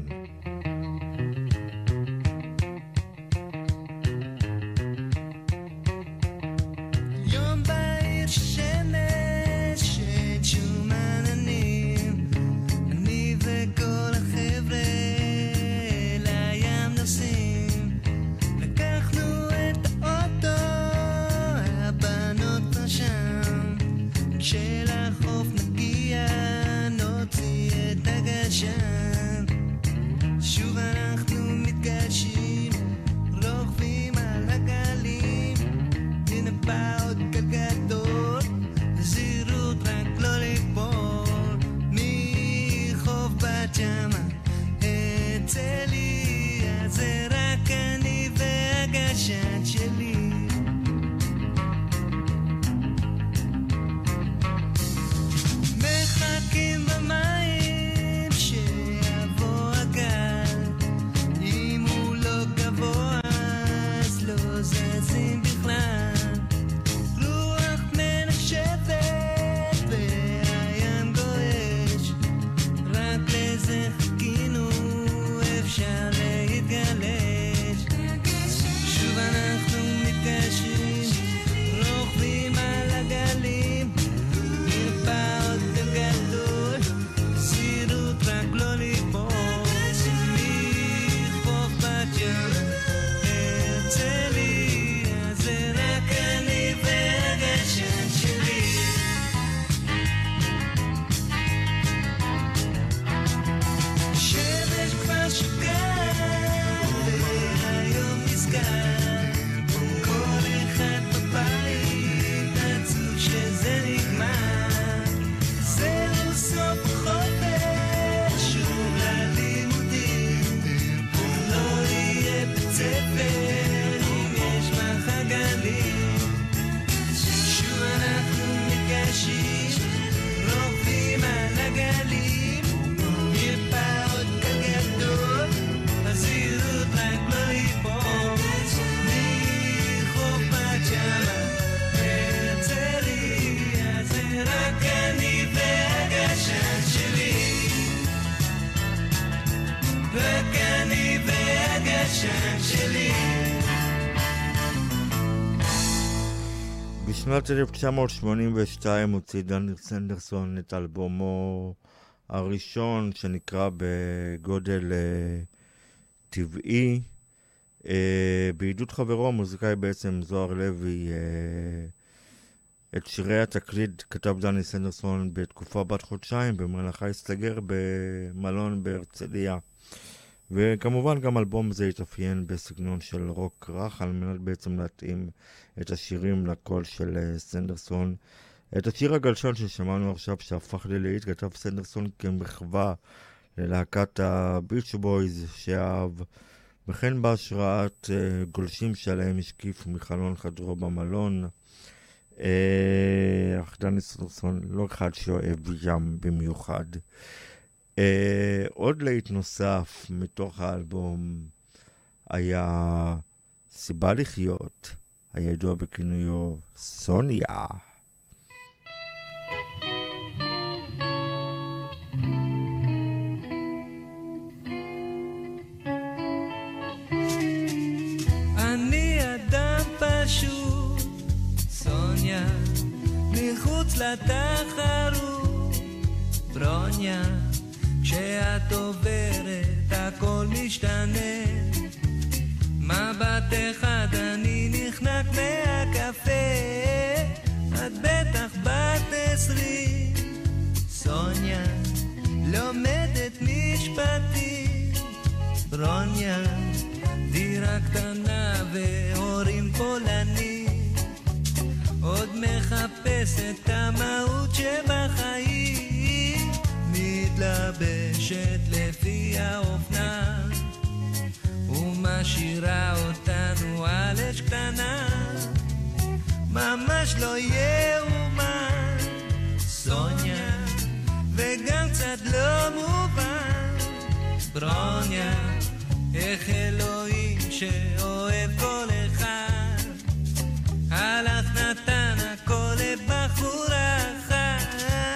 בשנת אלף תשע מאות שמונים ושתיים הוציא דני סנדרסון את אלבומו הראשון שנקרא בגודל אה, טבעי, אה, בעידוד חברו המוזיקאי בעצם זוהר לוי. אה, את שירי התקליט כתב דני סנדרסון בתקופה בת חודשיים, במהלכה הסתגר במלון בהרצליה. וכמובן גם אלבום זה התאפיין בסגנון של רוק רך, על מנת בעצם להתאים את השירים לקול של סנדרסון. את השיר הגלשן ששמענו עכשיו שהפך ללהיט כתב סנדרסון כמחווה ללהקת הביץ' בויז שאהב, וכן בהשראת uh, גולשים שעליהם השקיף מחלון חדרו במלון. Uh, אך דני סנדרסון לא אחד שאוהב ים במיוחד. Uh, עוד להיט נוסף מתוך האלבום היה סיבה לחיות, הידוע בכינויו סוניה. אני אדם פשוט, סוניה, מחוץ לתחרות, ברוניה, כשאת עוברת הכל משתנה, מבט אחד אני נחנק מהקפה, את בטח בת עשרים, סוניה, לומדת משפטים, ברוניה, דירה קטנה והורים פולנים, עוד מחפשת את המהות שבחיים, מתלבשת לפי האופנה ומשאירה אותנו על אש קטנה, ממש לא יאומן, סוניה, וגם קצת לא מובן, ברוניה, איך אלוהים שאוהב כל אחד הלך נתן הכל לבחורה אחת.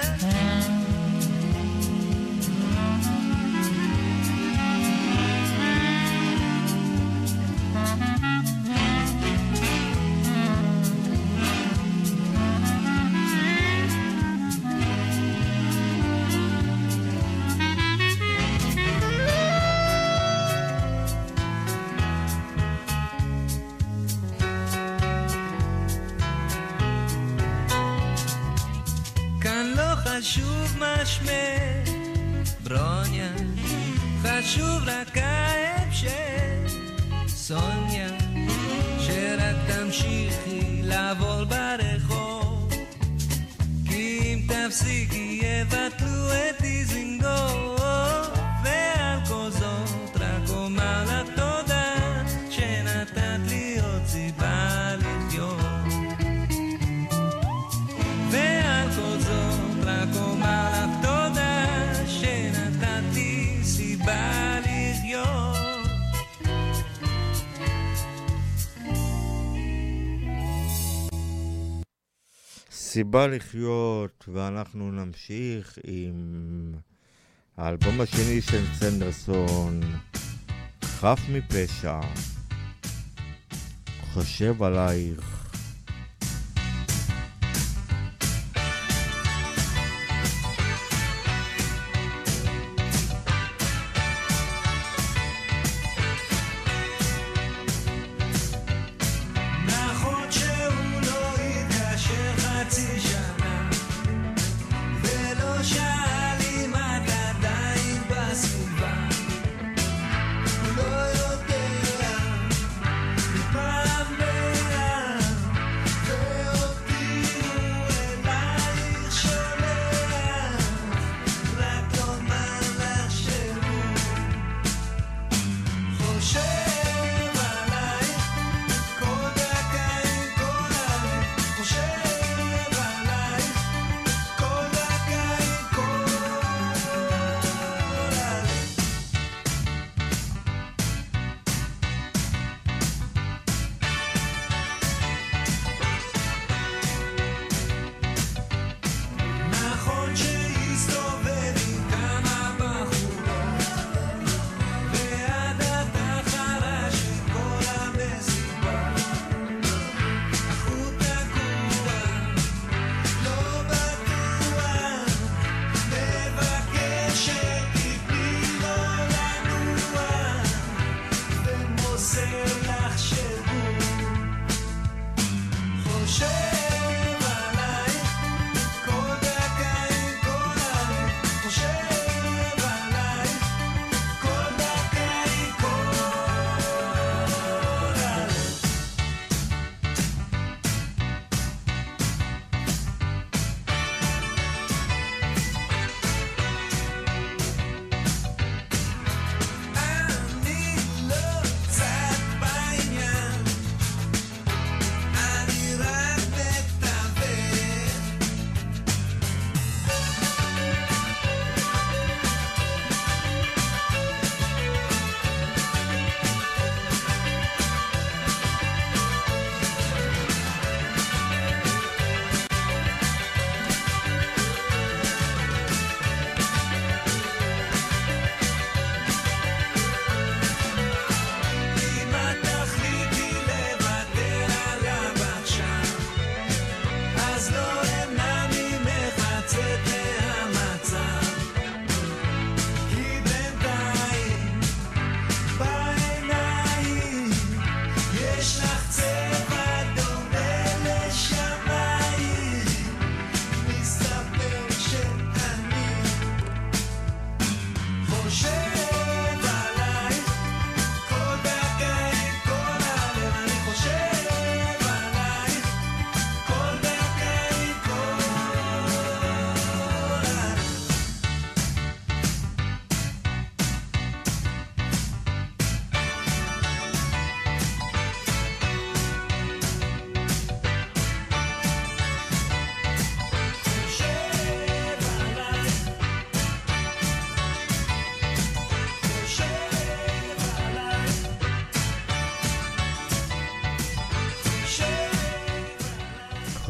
חשוב מה שמך, ברוניה, חשוב רק ההמשך, סוניה, שרק תמשיכי לעבור ברחוב, כי אם תפסיקי יבטלו את דיזינגוף, ועל כל זאת רק אומר לך תודה, שנתת לי עוד סיבה לחיות, ועל כל זאת רק אומר לך תודה, שנתת לי סיבה לחיות. סיבה לחיות, ואנחנו נמשיך עם האלבום השני של סנדרסון, חף מפשע, חושב עלייך. לא יודע, מפעם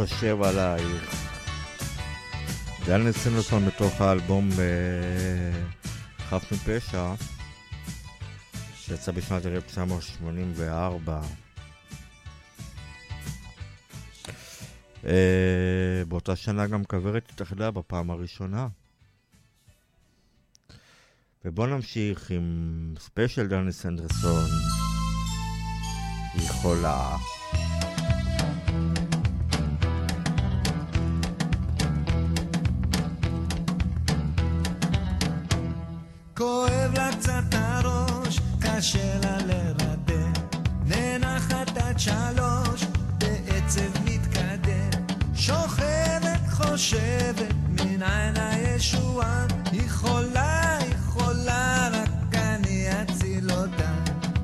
חושב עלייך. דני סנדרסון מתוך האלבום חף מפשע שיצא בשנת אלף תשע מאות שמונים וארבע. באותה שנה גם כוורת התאחדה בפעם הראשונה. ובוא נמשיך עם ספיישל דני סנדרסון, יכולה. כואב לה קצת הראש, קשה לה לרדם, ננחת עד שלוש, בעצב מתקדם, שוכבת חושבת, מניין הישועה, יכולה, יכולה, רק אני אציל אותה.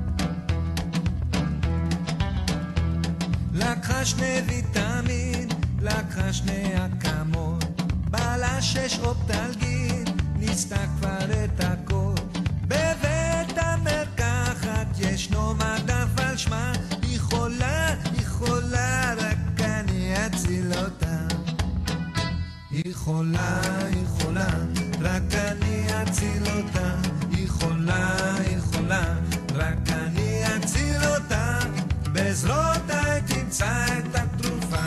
לקחה שני ויטמין, לקחה שני אקמול, בעלה שש אופטלגין, ניסתה כבר את הכל. בבית המרקחת ישנו מדף על שמה, יכולה, יכולה, רק אני אציל אותה. יכולה, יכולה, רק אני אציל אותה. יכולה, יכולה, רק אני אציל אותה. בעזרותיי תמצא את התרופה.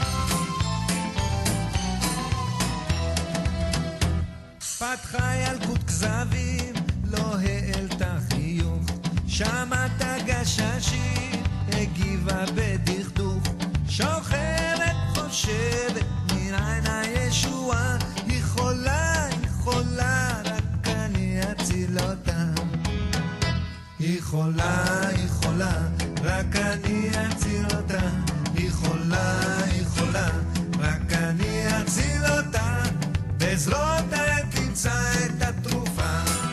פתחה ילקוט כזבים, לא העלתה חיוך, שמעת גששי, הגיבה בדכדוך, שוכבת חושבת, מניין הישועה, יכולה, יכולה, רק אני אציל אותה. יכולה, יכולה, רק אני אציל אותה. יכולה, יכולה, רק אני אציל אותה. בעזרותיי תמצא את התרופה.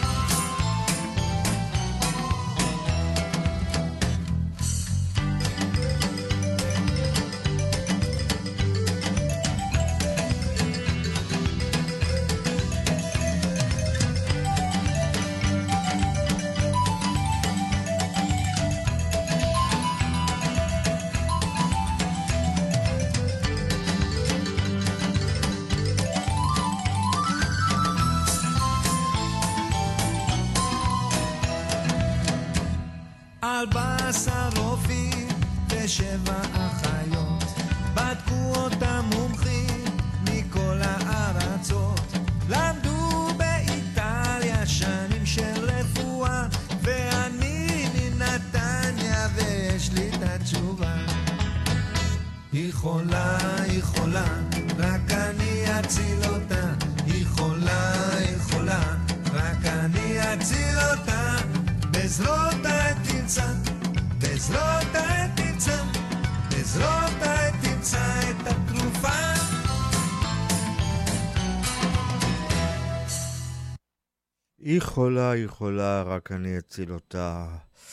ארבעה רופאים ושבע אחיות, בדקו אותם מומחים מכל הארצות, למדו באיטליה שנים של רפואה, ואני מנתניה ויש לי את התשובה. יכולה, יכולה, רק אני אציל אותה. יכולה, יכולה, רק אני אציל אותה. בעזרותיי תמצא, בעזרותיי תמצא, בעזרותיי תמצא את התרופה. יכולה, יכולה, רק אני אציל אותה.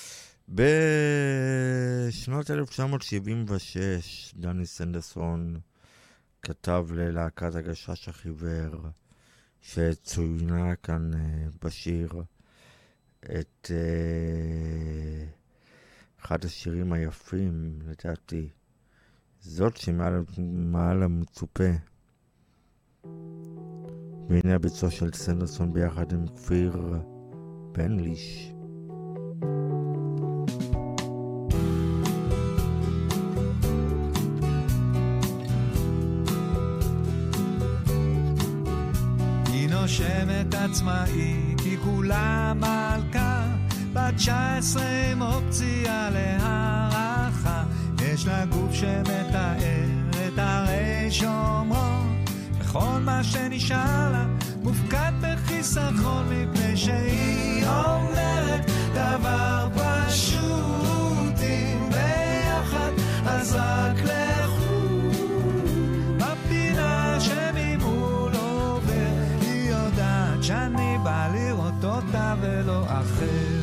בשנות אלף תשע מאות שבעים ושש דני סנדרסון כתב ללהקת הגשש החיוור שצוינה כאן בשיר את uh, אחד השירים היפים, לדעתי, זאת שמעל המצופה. והנה הביצוע של סנדרסון ביחד עם כפיר בנליש. היא נושמת עצמאית, היא כולה מלכה, בת תשע עשרה עם אופציה להערכה, יש לה גוף שמתאר את הרי שומרון, וכל מה שנשאר לה מופקד בחיסכון, מפני שהיא אומרת דבר פשוט, אם ביחד אז רק לכו בפינה שממול עובר, היא יודעת שאני בא לראות אותה ולא אחר.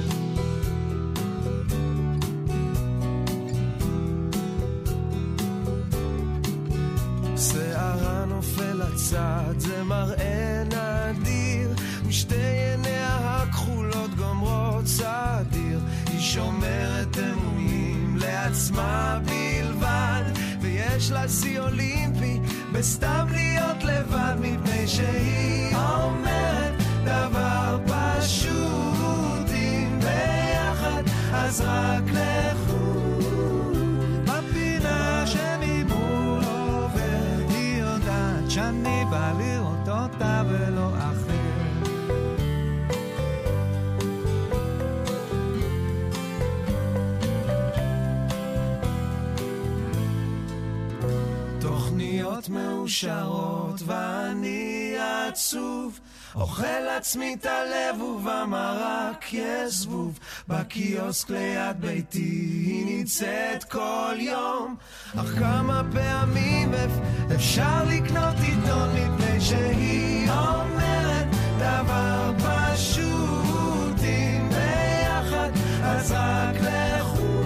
שערה נופל הצד, זה מראה נדיר, משתי עיניה הכחולות גומרות סדיר, היא שומרת אמונים לעצמה בלבד, ויש יש לה שיא אולימפי בסתם להיות לבד, מפני שהיא אומרת דבר פשוט, אם ביחד אז רק לכו בפינה שממול עובר, היא יודעת שאני בא לראות אותה ולא אחר. תוכניות מאושרות ואני עצוב, אוכל עצמי את הלב ובמרק יש זבוב, בקיוסק ליד ביתי היא נמצאת כל יום, אך כמה פעמים אפשר לקנות עיתון, מפני שהיא אומרת דבר פשוט, אם ביחד אז רק לכו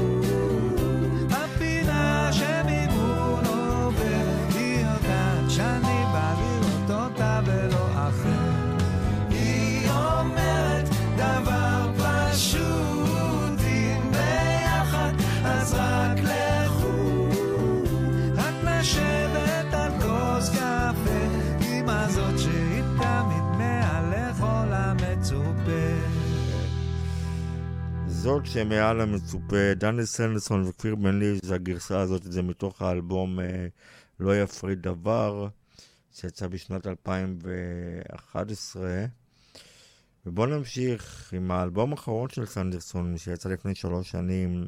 בפינה שממול עובר, היא יודעת שאני בא לראות אותה ולא אחר. היא אומרת דבר פשוט, אם ביחד אז רק לכו, רק לשבת על כוס קפה, אמא זאת שהיא תמיד מעליך כל המצופה. זאת שמעל המצופה, דני סנדרסון וכפיר בן לי, זה הגרסה הזאת, זה מתוך האלבום אה, לא יפריד דבר, שיצא בשנת אלפיים ואחת עשרה. ובואו נמשיך עם האלבום האחרון של סנדרסון, שיצא לפני שלוש שנים,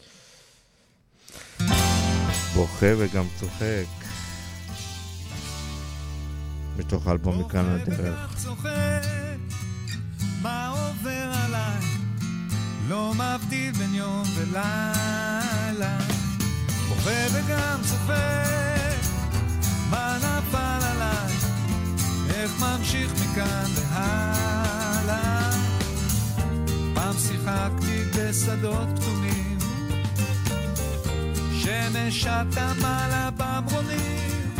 בוכה וגם צוחק, מתוך האלבום מכאן לדרך. מה עובר עליי, לא מבדיל בין יום ולילה, בוכה וגם צוחק, מה נפל עליי, איך ממשיך מכאן והלאה. פעם שיחקתי בשדות כתומים, שמש התמלה במרונים,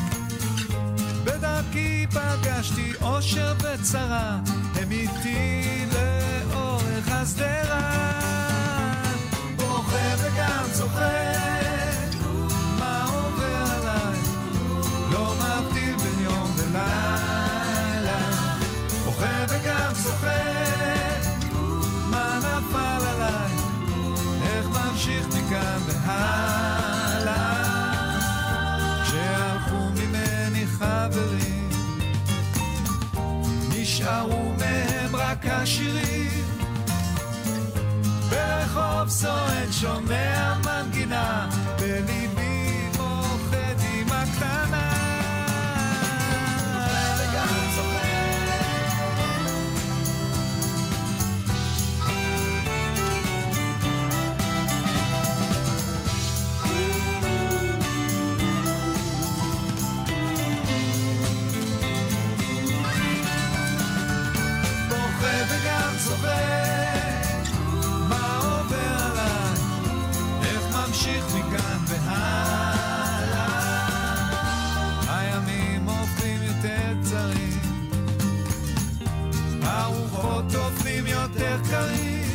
בדרכי פגשתי אושר וצרה, הם איתי לאורך הסדרה, בוכה וגם צוחק, מה עובר עליי, לא מבדיל בין יום ולילה, בוכה וגם צוחק, מה נפל עליי, איך ממשיך מכאן והלאה. כשהלכו ממני חברים, נשארו מהם רק השירים, ברחוב סואן שומע מנגינה, בליבי מוחד עם הקטנה, וגם צוחק. בוכה וגם צוחק, מה עובר עליי, איך ממשיך מכאן והלאה. הימים הופכים יותר קצרים, הרוחות הופכים יותר קרים,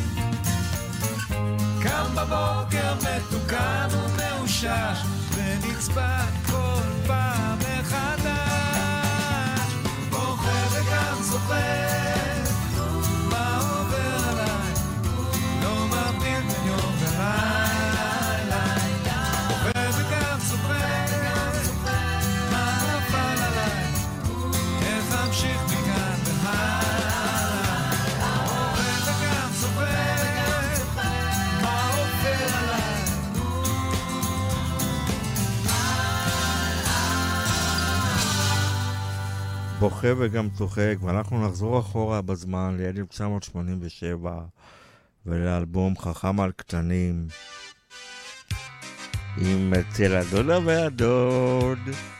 קם בבוקר מתוקן ומאושש, ונצבע כל פעם מחדש, בוכה וגם צוחק, מה עובר עליי, לא מבדיל בין יום ולילה, בוכה וגם צוחק, מה נפל עליי, איך אמשיך מכאן והלאה, בוכה וגם צוחק, מה עובר עליי. בוכה וגם צוחק, ואנחנו נחזור אחורה בזמן ל-אלף תשע מאות שמונים ושבע ולאלבום חכם על קטנים עם אצל הדודה והדוד.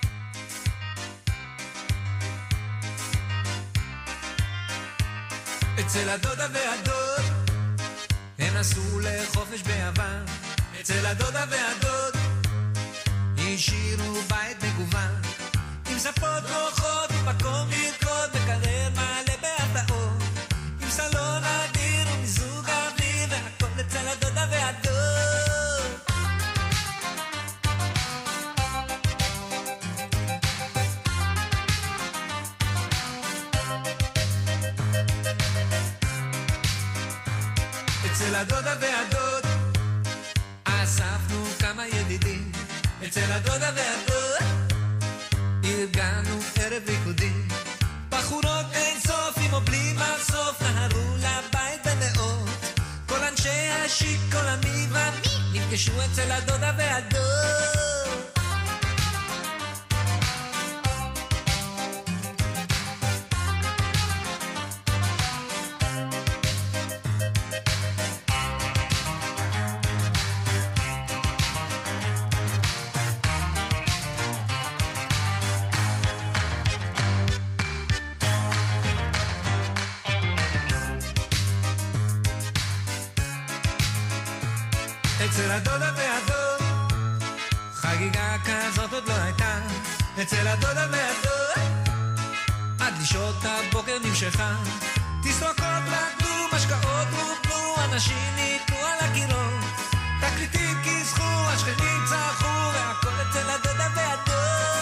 אצל הדודה והדוד הם נסעו לחופש ביוון, אצל הדודה והדוד השאירו בית מגוון עם ספות רוחות ומקום לרקוד מקרר מלא בהפתעות, עם סלון אדיר ומיזוג אוויר, והכל אצל הדודה והדוד. הדודה והדוד, אספנו כמה ידידים, אצל הדודה והדוד, ארגנו ערב ריקודים, בחורות אין סוף עם או בלי מסוף, נהרו לבית במאות, כל אנשי השיק, כל המי ומי, נפגשו אצל הדודה והדוד. אצל הדודה והדוד, חגיגה כזאת עוד לא הייתה, אצל הדודה והדוד, עד לשעות הבוקר נמשכה, תסרוקות רקדו, משקאות רוקנו, אנשים ניתנו על הקירות, תקליטים כיסחו, השכנים צרחו, והכל אצל הדודה והדוד.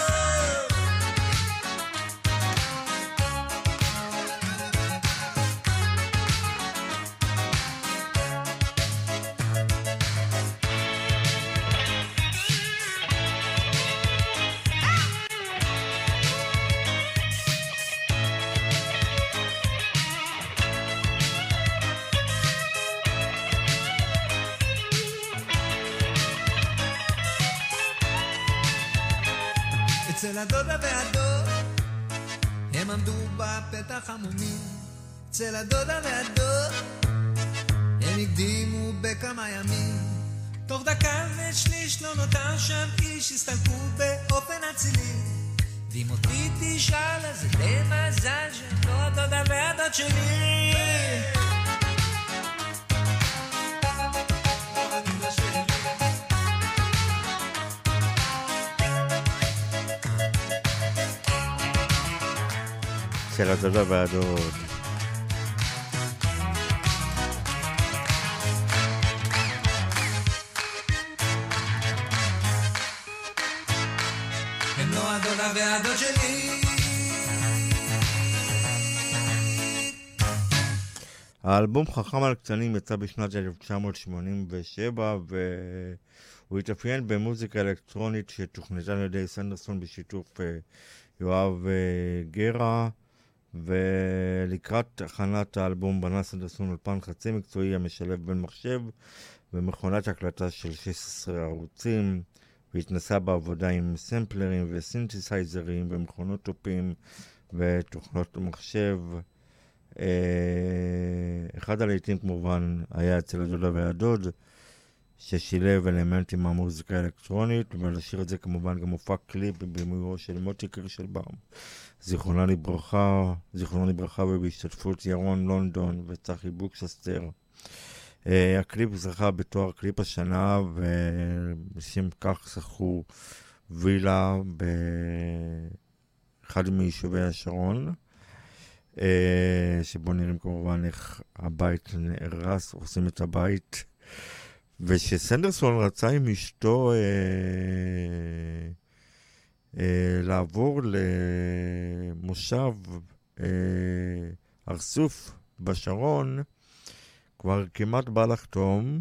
אצל הדודה והדוד, הם עמדו בפתח המומים, אצל הדודה והדוד, הם הקדימו בכמה ימים, תוך דקה ושליש לא נותר שם איש, הסתלקו באופן אצילי, ואם אותי תשאל אז זה די מזל שלא הדודה והדוד שלי. של הדודה והדוד. הם לא הדודה והדוד שלי. האלבום חכם על קטנים יצא בשנת אלף תשע מאות שמונים ושבע והוא התאפיין במוזיקה אלקטרונית שתוכנתה על ידי סנדרסון בשיתוף יואב גרה, ולקראת הכנת האלבום בנה סנדרסון אולפן חצי מקצועי המשלב בין מחשב ומכונת הקלטה של שש עשרה ערוצים, והתנסה בעבודה עם סמפלרים וסינתסייזרים ומכונות טופים ותוכנות מחשב. אחד הלעיתים כמובן היה אצל הדודה והדוד, ששילב אלמנטים מהמוזיקה האלקטרונית, ולשיר את זה כמובן גם הופק קליפ בבימויו של מוטי קירשנבאום, זיכרונה לברכה, זיכרונה לברכה ובהשתתפות ירון לונדון וצחי בוקשסטר. Uh, הקליפ זכה בתואר קליפ השנה, ולשם כך זכו וילה באחד מיישובי השרון, uh, שבו נראים כמובן איך הבית נהרס, עושים את הבית, ושסנדרסון רצה עם אשתו אה, אה, לעבור למושב אה, ארסוף בשרון, כבר כמעט בא לחתום,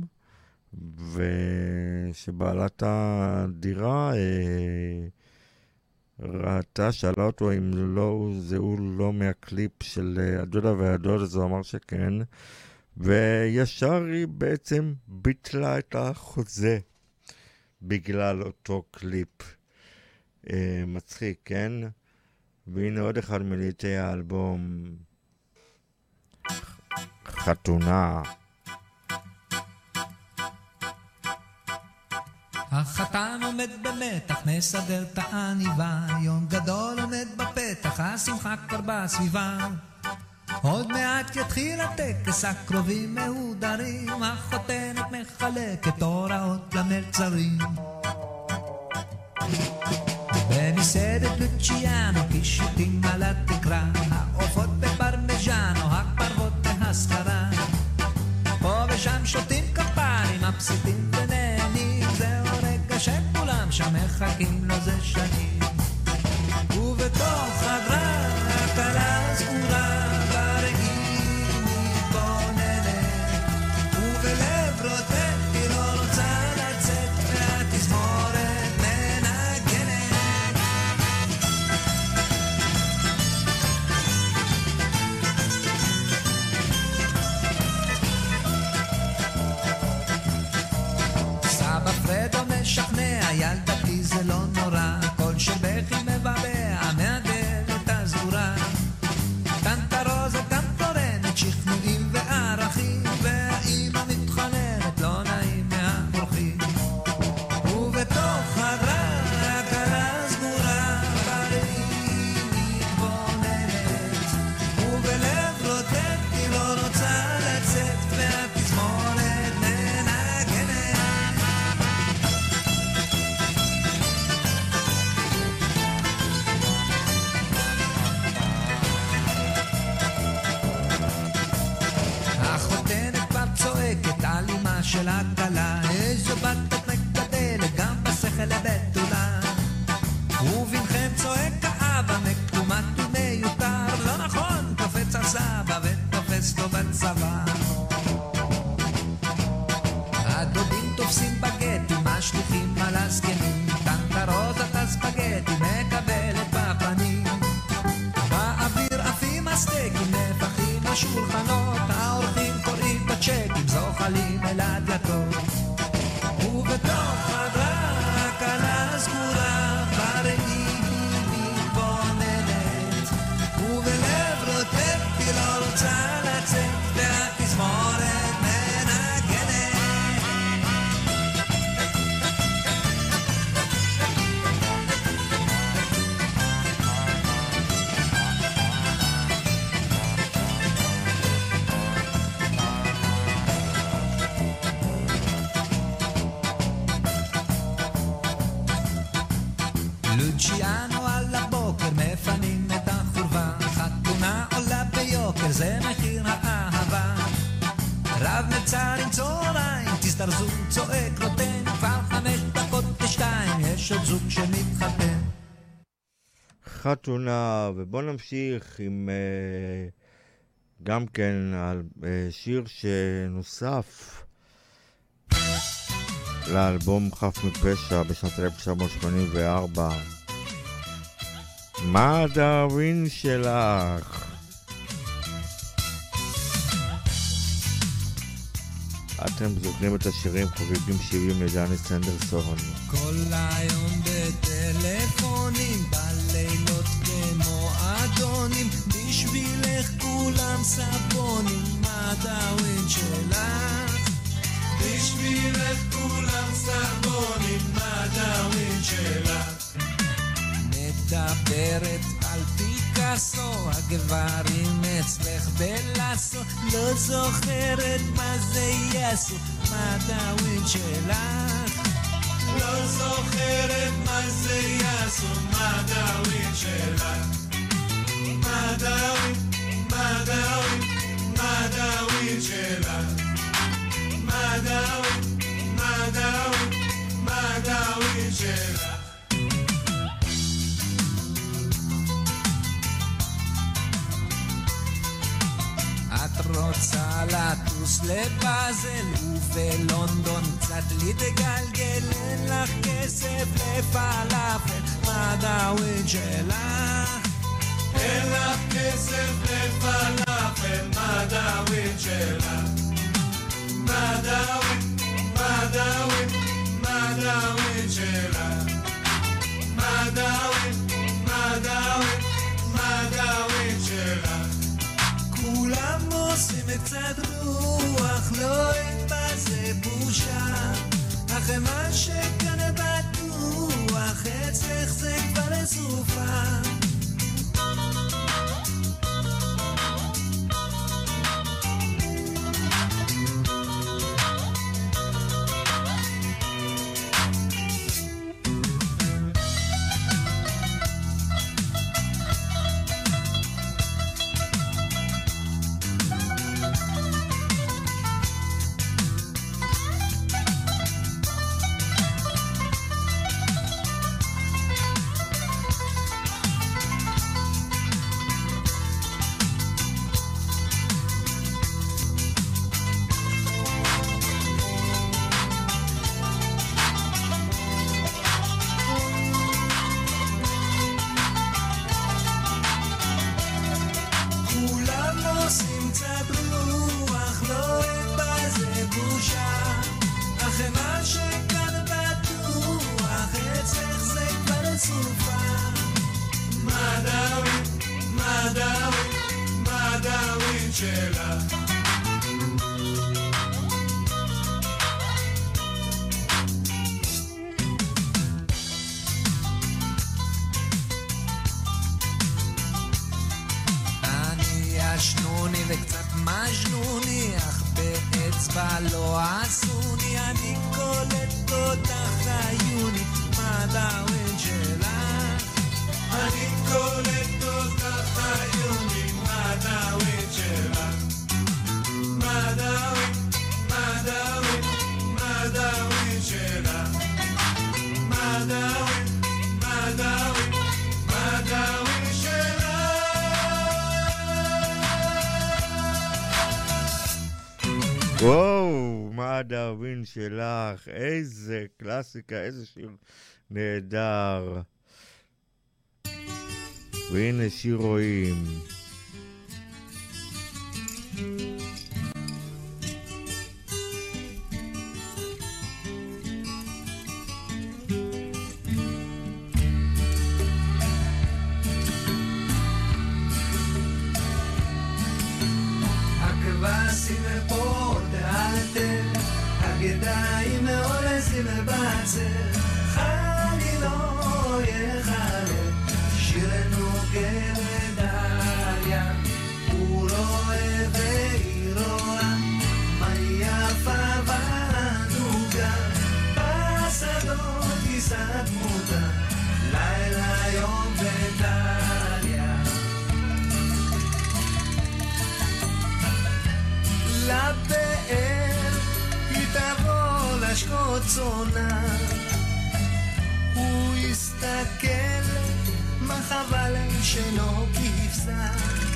ושבעלת הדירה אה, ראתה, שאלה אותו אם לא, זהו לא מהקליפ של הדודה והדוד, אז הוא אמר שכן, וישר היא בעצם ביטלה את החוזה בגלל אותו קליפ. אה, מצחיק, כן? והנה עוד אחד מליטי האלבום, חתונה. החתן עומד במתח, מסדר את העניבה, יום גדול עומד בפתח, השמחה כבר בסביבה. עוד מעט יתחיל הטקס, הקרובים מהודרים, החותנת מחלקת הוראות למלצרים. במסעדת לוציאנו קישוטים על התקרה, העופות בפרמיז'אנו, הפרוות בהשכרה. פה ושם שותים כפיים, מפסידים ונהנים, זהו רגע שכולם שם מחכים לו זה שנים. ובתוך חדרה הכלה סגורה, ברגעים מתבוננת, ובלב של הקלה, איזו בת את מגדלת גם בשכל הבתולה. ובנכם צועק האבא מקומט ומיותר, לא נכון, קופץ על סבא ותופס לו בצבא. הדודים תופסים בגטים, משליחים על הזקנים, טנטרות את הספגטי מקבלת בפנים. באוויר עפים הסטייקים, נפחים השולחנות, האורחים קוראים בצ'קים, זוחלים אל הדלתות. ובתוך חדרה הקלה סגורה, בראי היא מתבוננת, ובלב רוטט היא לא רוצה לצאת, והתזמורת מנגנת. לוצ'יאנו על הבוקר מפנים את החורבה, חתונה עולה ביוקר זה מחיר האהבה. רב נצר עם צהריים, תזדרזו צועק רוטן, כבר חמש דקות לשתיים יש עוד זוג שמתחתן. חתונה, ובוא נמשיך עם uh, גם כן על uh, שיר שנוסף לאלבום חף מפשע בשנת אלף תשע מאות שמונים וארבע. מה הדאווין שלך? אתם זוכרים את השירים חוגגים שבעים לדני סנדרסון. כל היום בטלפונים, בלילות כמו אדונים, בשבילך כולם סבונים. מה הדאווין שלך? בשבילך כולם סבונים, מה דאווין שלך? מדברת על פיקאסו, הגברים אצלך בלאסו, לא זוכרת מה זה יעשו. מה דאווין שלך? לא זוכרת מה זה יעשו, מה דאווין שלך? מה דאווין, מה דאווין, מה דאווין שלך? מה דאווין, מה דאווין, מה דאווין שלך? את רוצה לטוס לבאזל ובלונדון קצת להתגלגל, אין לך כסף לפלאפל. מה דאווין שלך? אין לך כסף לפלאפל, מה דאווין שלך? מה דאווין, מה דאווין, מה דאווין שלך? מה דאווין, מה דאווין, מה דאווין שלך? כולם עושים קצת רוח, לא אין בזה בושה, אך מה שכאן בטוח אצלך זה כבר סופה. Madawi, Madawi, וואו, מה הדאווין שלך, איזה קלאסיקה, איזה שיר נהדר. והנה שיר רואים. הגדיים מעולזים לבצר, חני לא יחלק, שירנו גרדליה, הוא רואה והיא רואה, מה יפה ונוגה, בשדות יישא דמותה, לילה יום ודליה. לבאר תבוא לשקוט צונה, הוא יסתכל מה חבל שלא כבשה,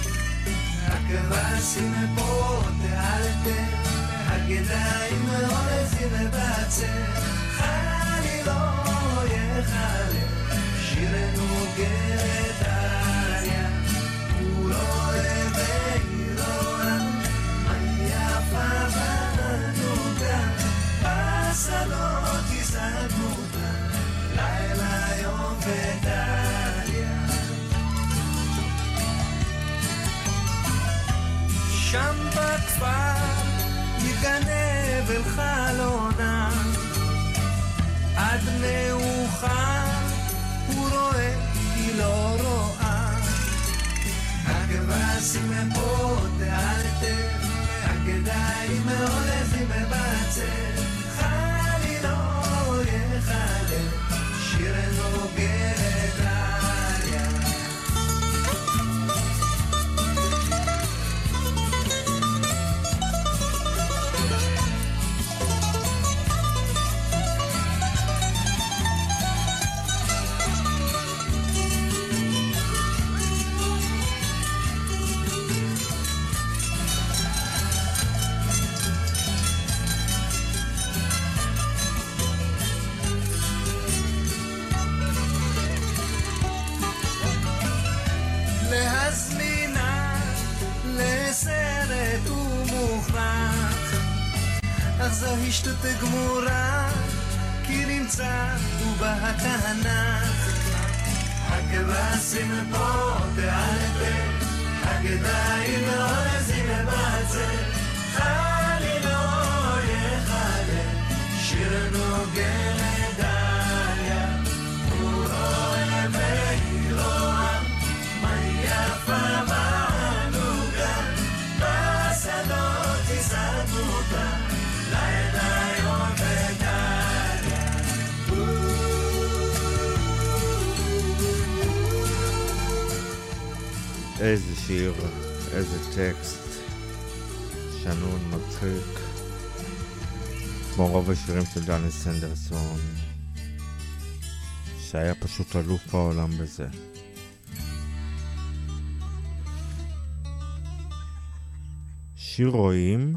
הכבשים פה תעלתם, הגדיים עולזים לבצר, חני לא יחלם, שירנו גרדליה, הוא רואה והיא רואה, מה יפה ונוגה, בשדות יישא דמותה, לילה יום ודליה. שם בכפר מתגנב אל חלונה, עד מאוחר הוא רואה, היא לא רואה, הכבשים הם פה תעלתם, הגדיים מעולזים בבצר, חני לא יחלם, שירנו גרדליה. להזמינה לסרט ומוכרח, אך זוהי שטות גמורה, כי נמצא ובהתנ"ך. הכבשים פה תעלתם, הגדיים עולזים לבצר, חני לא יחלם, שירנו גרדליה, הוא רואה והיא רואה, מה יפה ונוגה, בשדות יישא דמותה, לילה יום ודליה. איזה שיר, איזה טקסט, שנון, מצחיק, כמו רוב השירים של דני סנדרסון, שהיה פשוט אלוף העולם בזה. שיר רואים,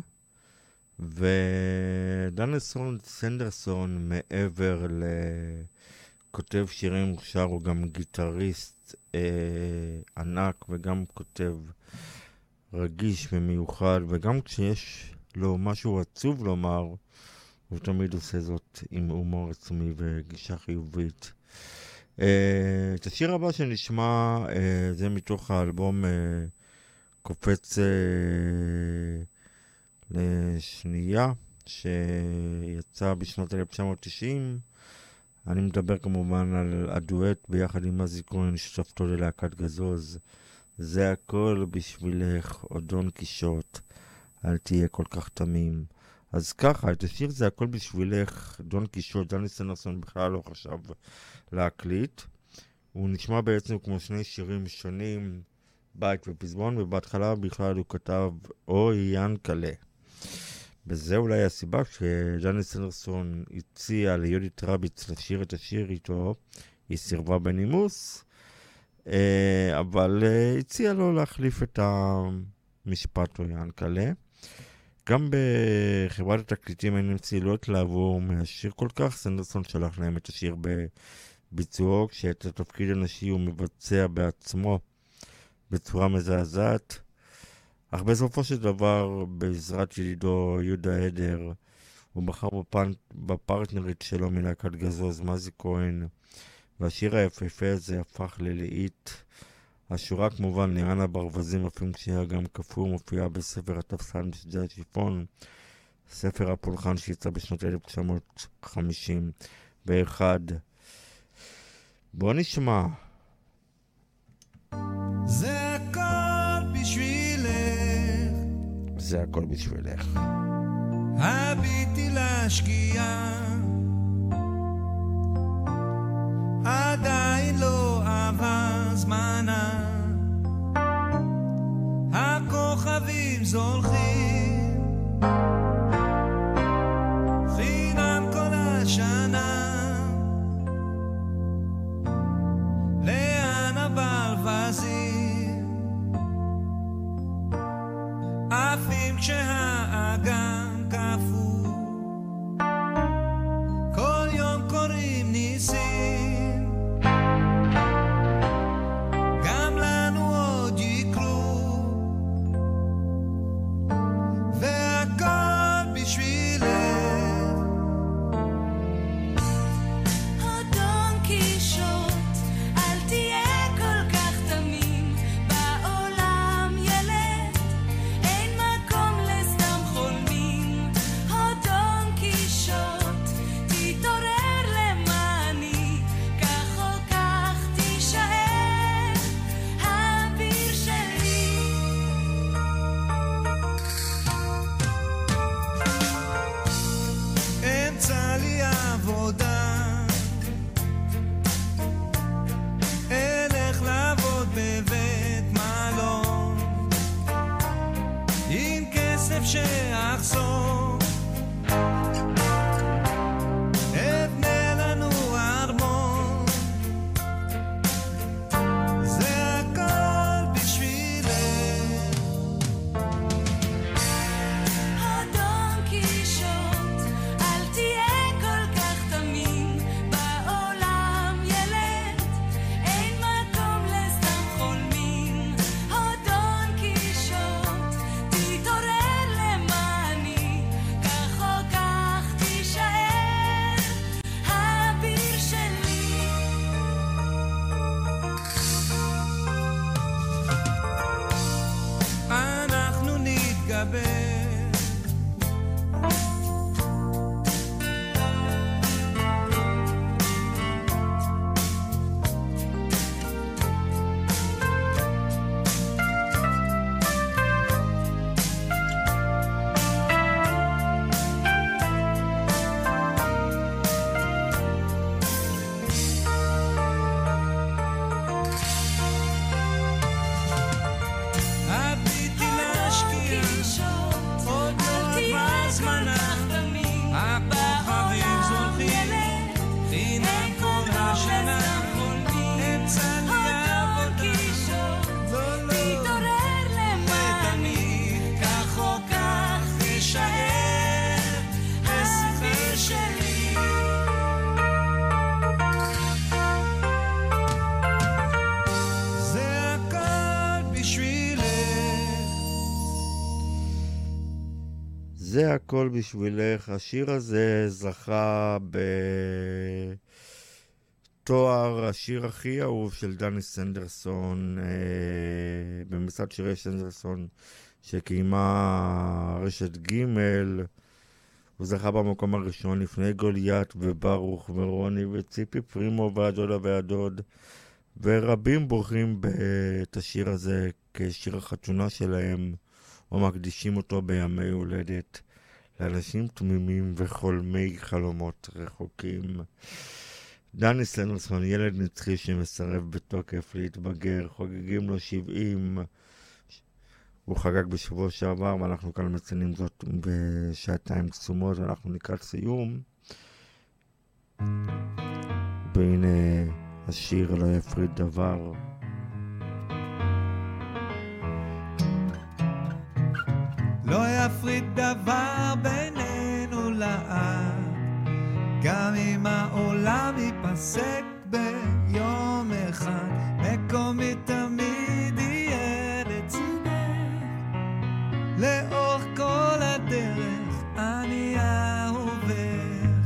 ודני סנדרסון מעבר לכותב שירים מוכשר, הוא גם גיטריסט אה, ענק, וגם כותב רגיש ומיוחד, וגם כשיש לו משהו עצוב לומר, הוא תמיד עושה זאת עם הומור עצמי וגישה חיובית. אה, את השיר הבא שנשמע, אה, זה מתוך האלבום אה, קופץ אה, לשנייה, שיצא בשנות אלף תשע מאות תשעים. אני מדבר כמובן על הדואט ביחד עם עזי כהן ששותפתו ללהקת גזוז. זה הכל בשבילך, אודון קישוט, אל תהיה כל כך תמים. אז ככה, את השיר זה הכל בשבילך, דון קישוט, דני סנדרסון בכלל לא חשב להקליט. הוא נשמע בעצם כמו שני שירים שונים, בית ופזמון, ובהתחלה בכלל הוא כתב אוי ינקלה. וזה אולי הסיבה שדני סנדרסון הציע ליהודית רביץ לשיר את השיר איתו, היא סירבה בנימוס, אבל הציע לו להחליף את המשפט או ינקלה. גם בחברת התקליטים אין מצילות לעבור מהשיר כל כך. סנדרסון שלח להם את השיר בביצועו, כשאת התפקיד הנשי הוא מבצע בעצמו בצורה מזעזעת. אך בסופו של דבר, בעזרת ידידו יהודה עדר, הוא בחר בפנ... בפרטנרית שלו מלהקת גזוז, מזי כהן, והשיר היפהפה הזה הפך ללהיט. השורה כמובן לירן הברווזים, אפילו כשהיה גם כפור, מופיעה בספר התפסן בשדה השיפון, ספר הפולחן שיצא בשנות אלף תשע מאות חמישים ואחת. בוא נשמע. זה הכל בשבילך, זה הכל בשבילך. הביטי להשקיעה, עדיין לא עבר זמנה, הכוכבים זולחים חינם כל השנה, לאן הברווזים עפים כשהאגם קפוא, כל יום קוראים ניסים, גם לנו עוד יקרו, והכל בשבילך. דון קישוט, אל תהיה כל כך תמים, בעולם ילד אין מקום לסתם חולמים. דון קישוט, תתעורר למעני, כך או כך תישאר האביר שלי. אמצע לי עבודה, אלך לעבוד בבית מלון, עם כסף שאחסור אבנה לנו ארמון, זה הכל בשבילך. דון קישוט, אל תהיה כל כך תמים, בעולם ילד אין מקום לסתם חולמים. דון קישוט, תתעורר למעני, כך או כך תישאר האביר שלי. אנחנו נתגבר, הביטי להשקיע, קישוט, עוד אל לא תהיה עבר כל זמנה, כך תמים, הכוכבים בעולם זולחים ילד חינם אין כל מקום השנה, לסתם חולמים. אמצע לי דון עבודה, קישוט, לא לא תתעורר למעני, כך או כך תישאר האביר שלי. זה הכל בשבילך. זה הכל בשבילך. השיר הזה זכה בתואר השיר הכי אהוב של דני סנדרסון אה, במצעד שירי סנדרסון שקיימה רשת ג'. הוא זכה במקום הראשון לפני גוליית וברוך ורוני וציפי פרימו והדודה והדוד, ורבים בוחרים את השיר הזה כשיר החתונה שלהם או מקדישים אותו בימי הולדת לאנשים תמימים וחולמי חלומות רחוקים. דני סנדרסון, ילד נצחי שמסרב בתוקף להתבגר, חוגגים לו שבעים. הוא חגג בשבוע שעבר ואנחנו כאן מציינים זאת בשעתיים קסומות ואנחנו לקראת סיום. והנה השיר לא יפריד דבר. לא יפריד דבר דבר בינינו לעד, גם אם העולם ייפסק ביום אחד, מקומי תמיד יהיה לצידך, לאורך כל הדרך אני אהובך.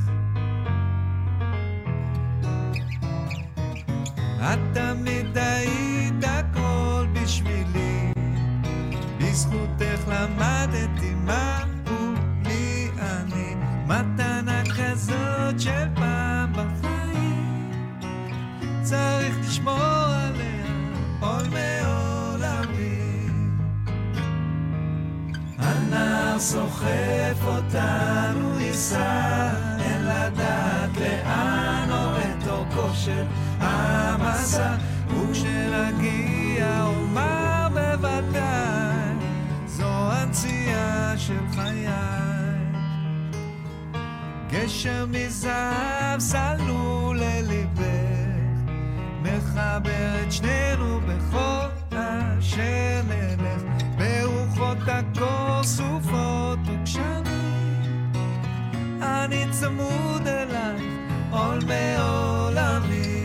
את תמיד היית הכל בשבילי, בזכותך למדתי מהו לי אני, מתנה כזאת של פעם בחיים, צריך לשמור עליה עול מעולמי. הנער סוחף אותנו ייסע, אין לדעת לאן עורד אורכו של המסע, וכשנגיע אומר בוודאי זו הנציאה של חיי. גשר מזהב סלול לליבך, מחבר את שנינו בכל אשר נלך, ברוחות הקור סופות וגשמים, אני צמוד אלייך עול מעולמי.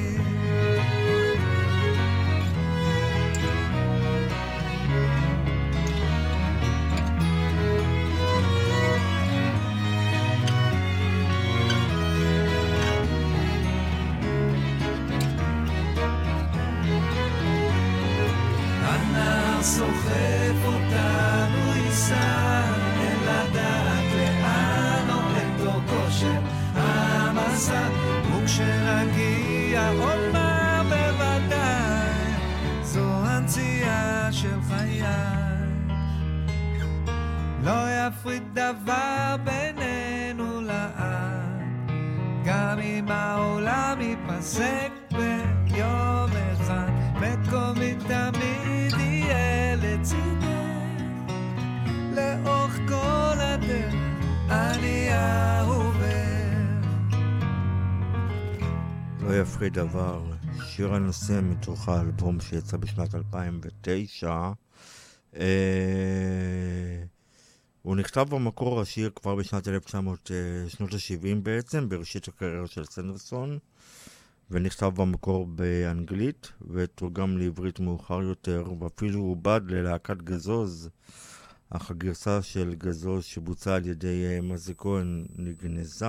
סוחף אותנו ייסע, אין לדעת לאן עומד אורכו של המסע, וכשנגיע עוד מה בוודאי זו הנציאה של חיי. לא יפריד דבר בינינו לעד, גם אם העולם ייפסק ביום אחד, מקומי תמיד יהיה לצידך, לאורך כל הדרך אני אהובך. לא יפריד דבר, שיר הנושא מתוך האלבום שיצא בשנת אלפיים ותשע. אה... הוא נכתב במקור השיר כבר בשנת אלף תשע מאות, שנות ה-שבעים בעצם, בראשית הקריירה של סנדרסון, ונכתב במקור באנגלית, ותורגם לעברית מאוחר יותר, ואפילו עובד ללהקת גזוז, אך הגרסה של גזוז שבוצעה על ידי מזי כהן נגנזה,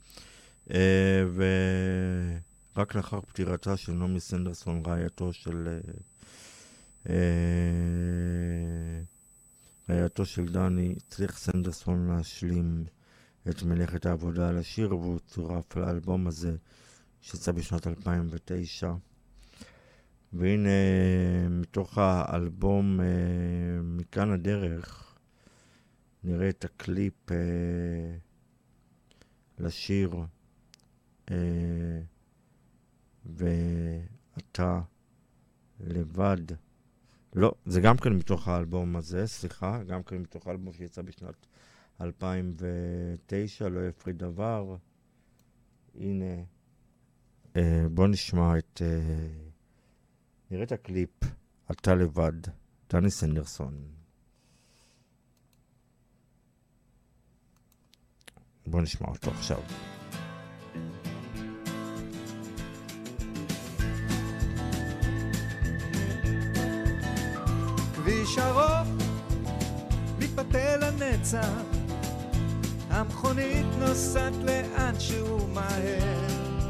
ורק לאחר פטירתה של נעמי סנדרסון, רעייתו של רעייתו של דני, הצליח סנדרסון להשלים את מלאכת העבודה על השיר, והוא צורף לאלבום הזה שיצא בשנת אלפיים ותשע. והנה מתוך האלבום מכאן הדרך נראה את הקליפ אה, לשיר אה, ואתה לבד. לא, זה גם כן מתוך האלבום הזה, סליחה, גם כן מתוך האלבום שיצא בשנת אלפיים ותשע, לא יפריד דבר. הנה, אה, בוא נשמע את, אה, נראה את הקליפ, אתה לבד, דני סנדרסון. בוא נשמע אותו עכשיו. כביש ארוך מתפתל לנצח, המכונית נוסעת לאן שהוא מהר,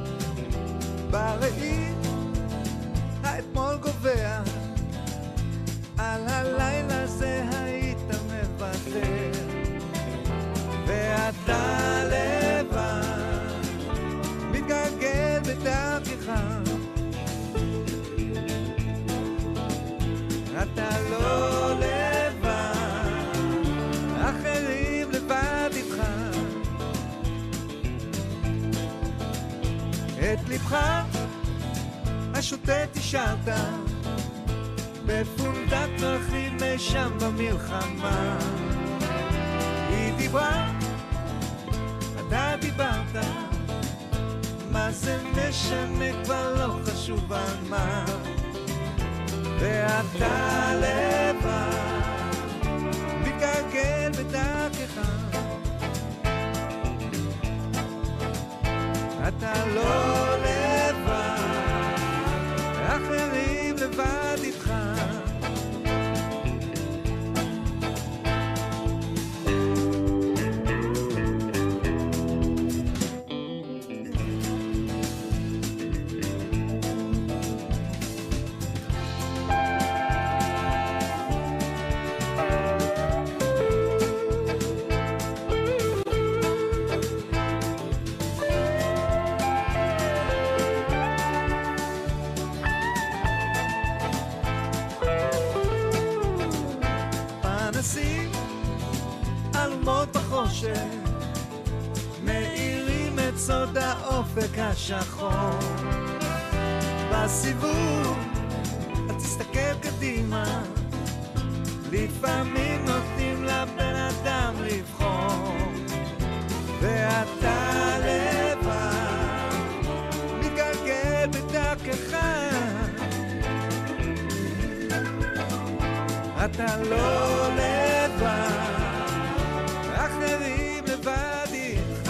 בראי האתמול גובע, על הלילה זה היית מוותר, ואתה לבד מתגלגל בדרכך, אתה לא לבד, אחרים לבד איתך, את לבך השוטט השארת בפונדק דרכים משם במלחמה, היא דיברה, אתה דיברת, מה זה משנה כבר לא חשוב על מה, ואתה לבד מתגלגל בדרכך, אתה לא לבד, אחרים לבד איתך. מאירים את סוד האופק השחור. בסיבוב את תסתכל קדימה, לפעמים נותנים לבן אדם לבחור, ואתה לבד מתגלגל בדרכך. אתה לא לבד, אחרים לבד איתך.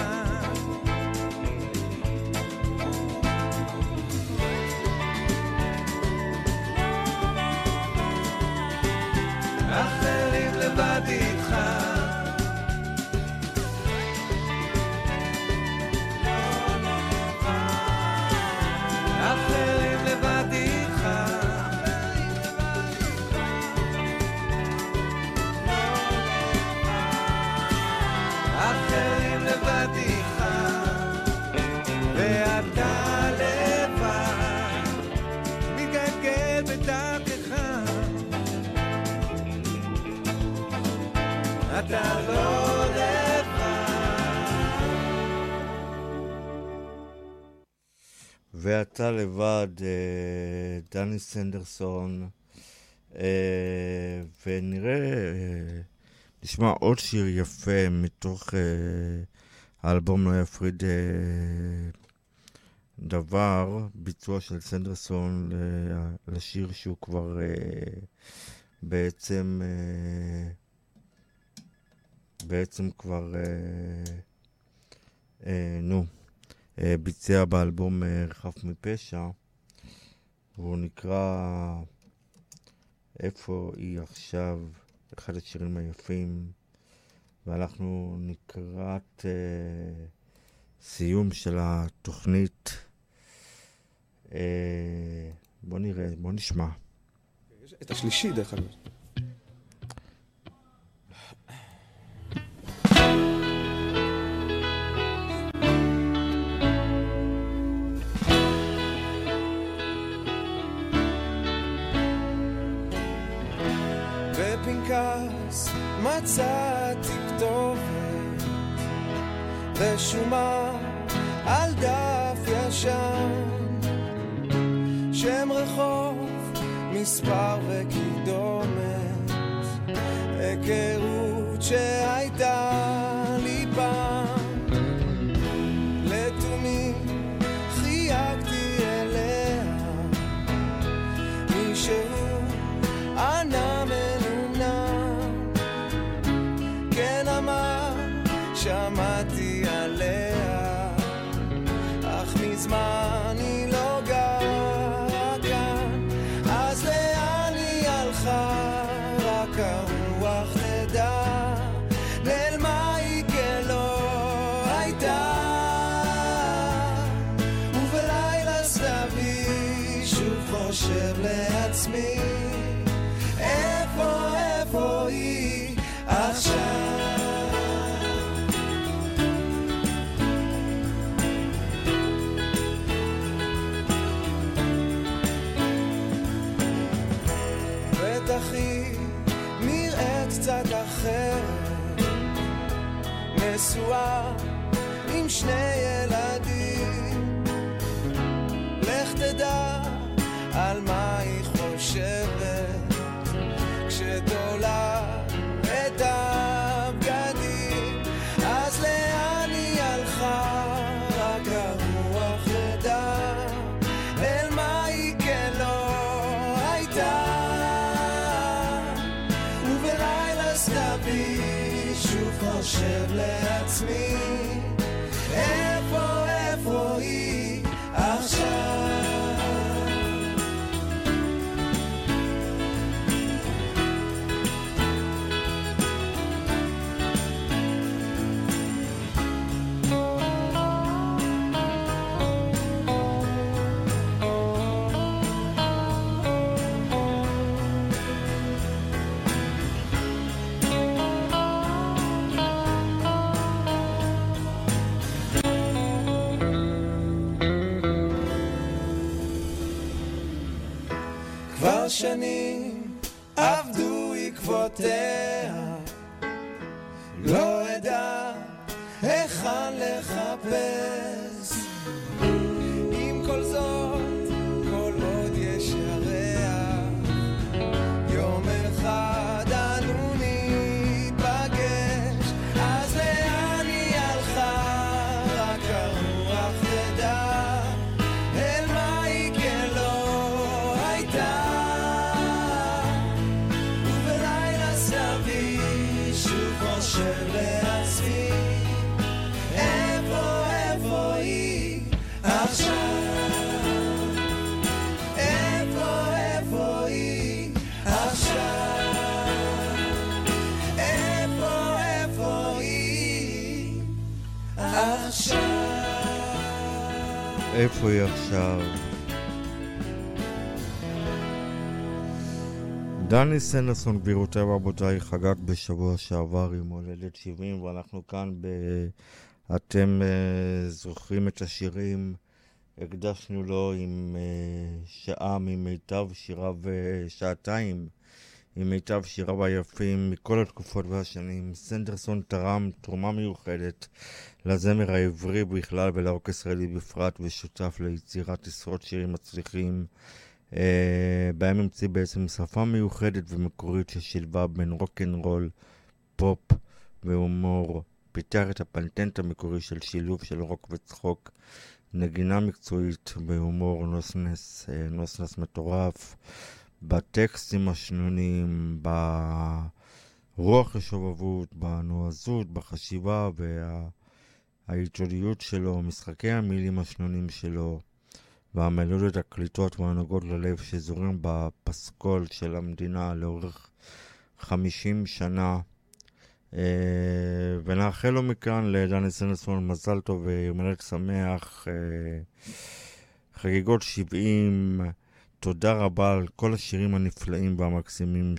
אחרים לבד איתך. אחרים לבד איתך. אחרים לבד איתך, ואתה לבד מתגלגל בדרכך. אתה לא לבד. ואתה לבד, דני סנדרסון, ונראה נשמע עוד שיר יפה מתוך uh, האלבום לא יפריד uh, דבר, ביצוע של סנדרסון uh, לשיר שהוא כבר uh, בעצם uh, בעצם כבר uh, uh, נו uh, ביצע באלבום uh, חף מפשע, והוא נקרא איפה היא עכשיו, אחד השירים היפים, ואנחנו נקראת אה, סיום של התוכנית. אה, בוא נראה, בוא נשמע. יש את השלישי דרך אגב. בפנקס מצאתי כתובת ושומה על דף ישן, שם רחוב, מספר וקידומת, היכרות שהייתה לי פעם. לתומי חייגתי אליה, מישהו ענה מנומנם, כן אמר שמעתי עליה, אך מזמן היא לא גרה כאן. אז לאן היא הלכה? רק הרוח תדע, נעלמה היא כלא הייתה. ובלילה סתווי שוב חושב לעצמי, איפה, איפה היא עכשיו? בטח היא נראית קצת אחרת, נשואה עם שני ילדים, לך תדע על מה היא חושבת כשתולה את הבגדים. אז לאן היא הלכה? רק הרוח ידע, אל מה היא כלא הייתה. ובלילה סתווי שוב חושב לעצמי, איפה, איפה היא כבר שנים עבדו עקבותיה, לא אדע היכן לחפש. עם כל זאת, כל עוד יש ירח, יום אחד אנו ניפגש. אז לאן היא הלכה? רק הרוח תדע, אל מה היא כן לא הייתה. ובלילה סבי שוב חושב לעצמי, איפה איפה היא עכשיו? איפה איפה היא עכשיו? איפה איפה היא עכשיו? איפה היא עכשיו? דני סנדרסון, גבירותיי ורבותיי, חגג בשבוע שעבר עם הולדת שבעים, ואנחנו כאן ב... אתם uh, זוכרים את השירים, הקדשנו לו עם uh, שעה ממיטב שיריו, uh, שעתיים עם מיטב שיריו היפים מכל התקופות והשנים. סנדרסון תרם תרומה מיוחדת לזמר העברי בכלל ולרוק ישראלי בפרט, ושותף ליצירת עשרות שירים מצליחים. Uh, בהם המציא בעצם שפה מיוחדת ומקורית ששילבה בין רוק'נ'רול, פופ והומור. פיתח את הפטנט המקורי של שילוב של רוק וצחוק, נגינה מקצועית בהומור נוסנס, נוסנס מטורף, בטקסטים השנונים, ברוח השובבות, בנועזות, בחשיבה והעיתוניות שלו, משחקי המילים השנונים שלו, והמלודיות הקליטות והנוגעות ללב שזורים בפסקול של המדינה לאורך חמישים שנה. Uh, ונאחל לו מכאן לדני סנדרסון מזל טוב ויום הולדת שמח, uh, חגיגות שבעים. תודה רבה על כל השירים הנפלאים והמקסימים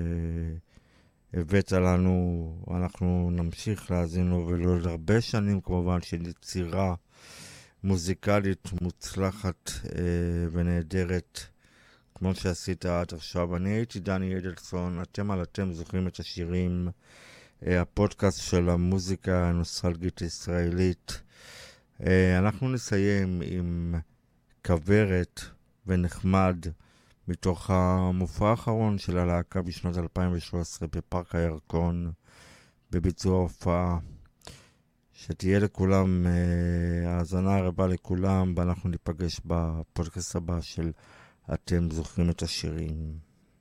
שהבאת לנו. אנחנו נמשיך להאזין לו ולעוד הרבה שנים כמובן של יצירה מוזיקלית מוצלחת uh, ונהדרת כמו שעשית עד עכשיו. אני הייתי דני אדלסון, אתם על אתם זוכרים את השירים, הפודקאסט של המוזיקה הנוסטלגית הישראלית. אנחנו נסיים עם כברת ונחמד מתוך המופע האחרון של הלהקה בשנת אלפיים ושלוש עשרה בפארק הירקון בביצוע הופעה. שתהיה לכולם האזנה הרבה לכולם, ואנחנו ניפגש בפודקאסט הבא של אתם זוכרים את השירים.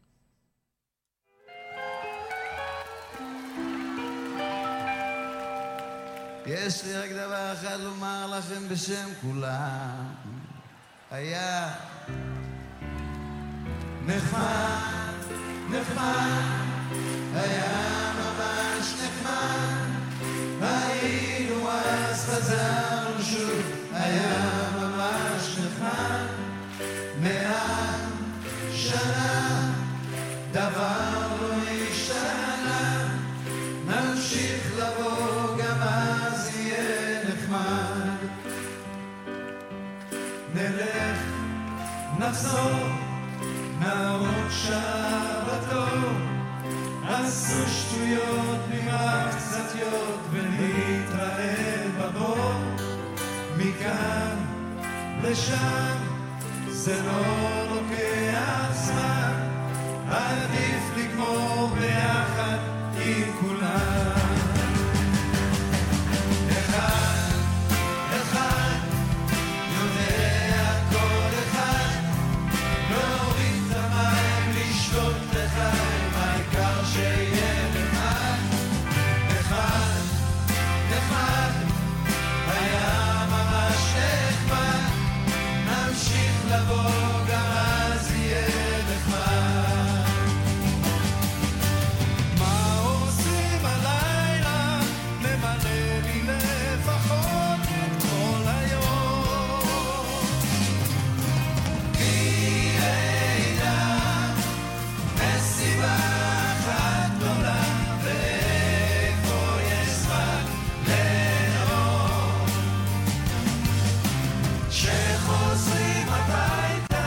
יש לי רק דבר אחד לומר לכם בשם כולם, היה נחמד, נחמד, היה ממש נחמד, היינו אז חזרנו שוב, היה ממש נחמד, מאה שנה, דבר לא השתנה, נמשיך לבוא גם אז יהיה נחמד, נלך, נחזור, נעמוד שבתות, עשו שטויות נמרח קצתיות ונתראה בבור, מכאן לשם זה לא לוקח זמן, עדיף לגמור ביחד עם כולם. אחד, אחד, יודע כל אחד, להוריד את המים, לשתות לחיים, העיקר שיהיה נחמד. אחד, אחד, היה ממש נחמד, נמשיך לבוא גם אז יהיה נחמד. מה עושים הלילה? ממלא לי לפחות את כל היום. כי לילה מסיבה אחת גדולה, ואיפה יש זמן לאור, שחוזרים הביתה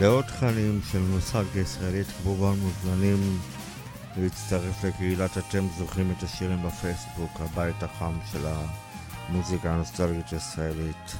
לעוד תכנים של נוסטלגיה ישראלית, כמובן מוזמנים להצטרף לקהילת אתם זוכרים את השירים בפייסבוק, הבית החם של המוזיקה הנוסטלגית הישראלית.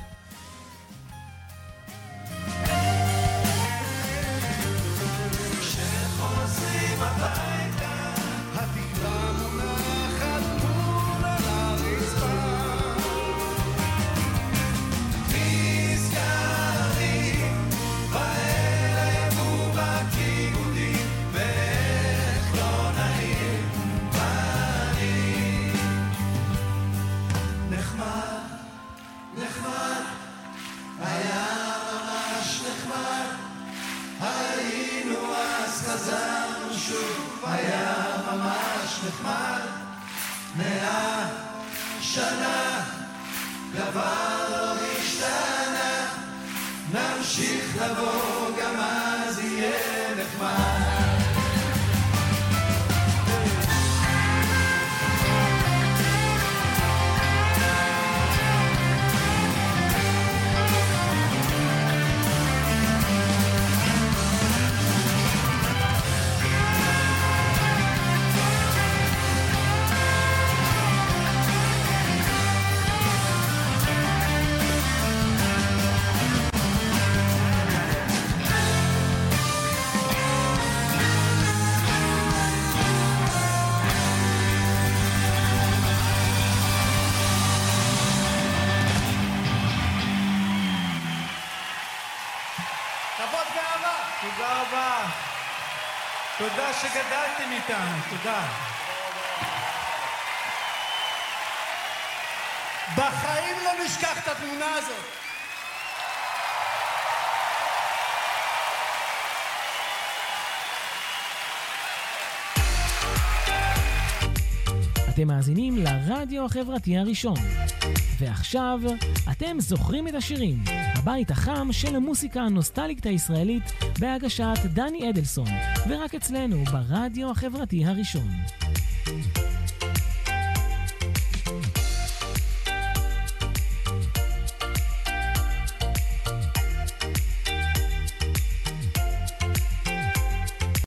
תודה שגדלתם איתנו, תודה. בחיים לא נשכח את התמונה הזאת. אתם מאזינים לרדיו החברתי הראשון. ועכשיו, אתם זוכרים את השירים, הבית החם של המוסיקה הנוסטלגית הישראלית בהגשת דני אדלסון, ורק אצלנו ברדיו החברתי הראשון.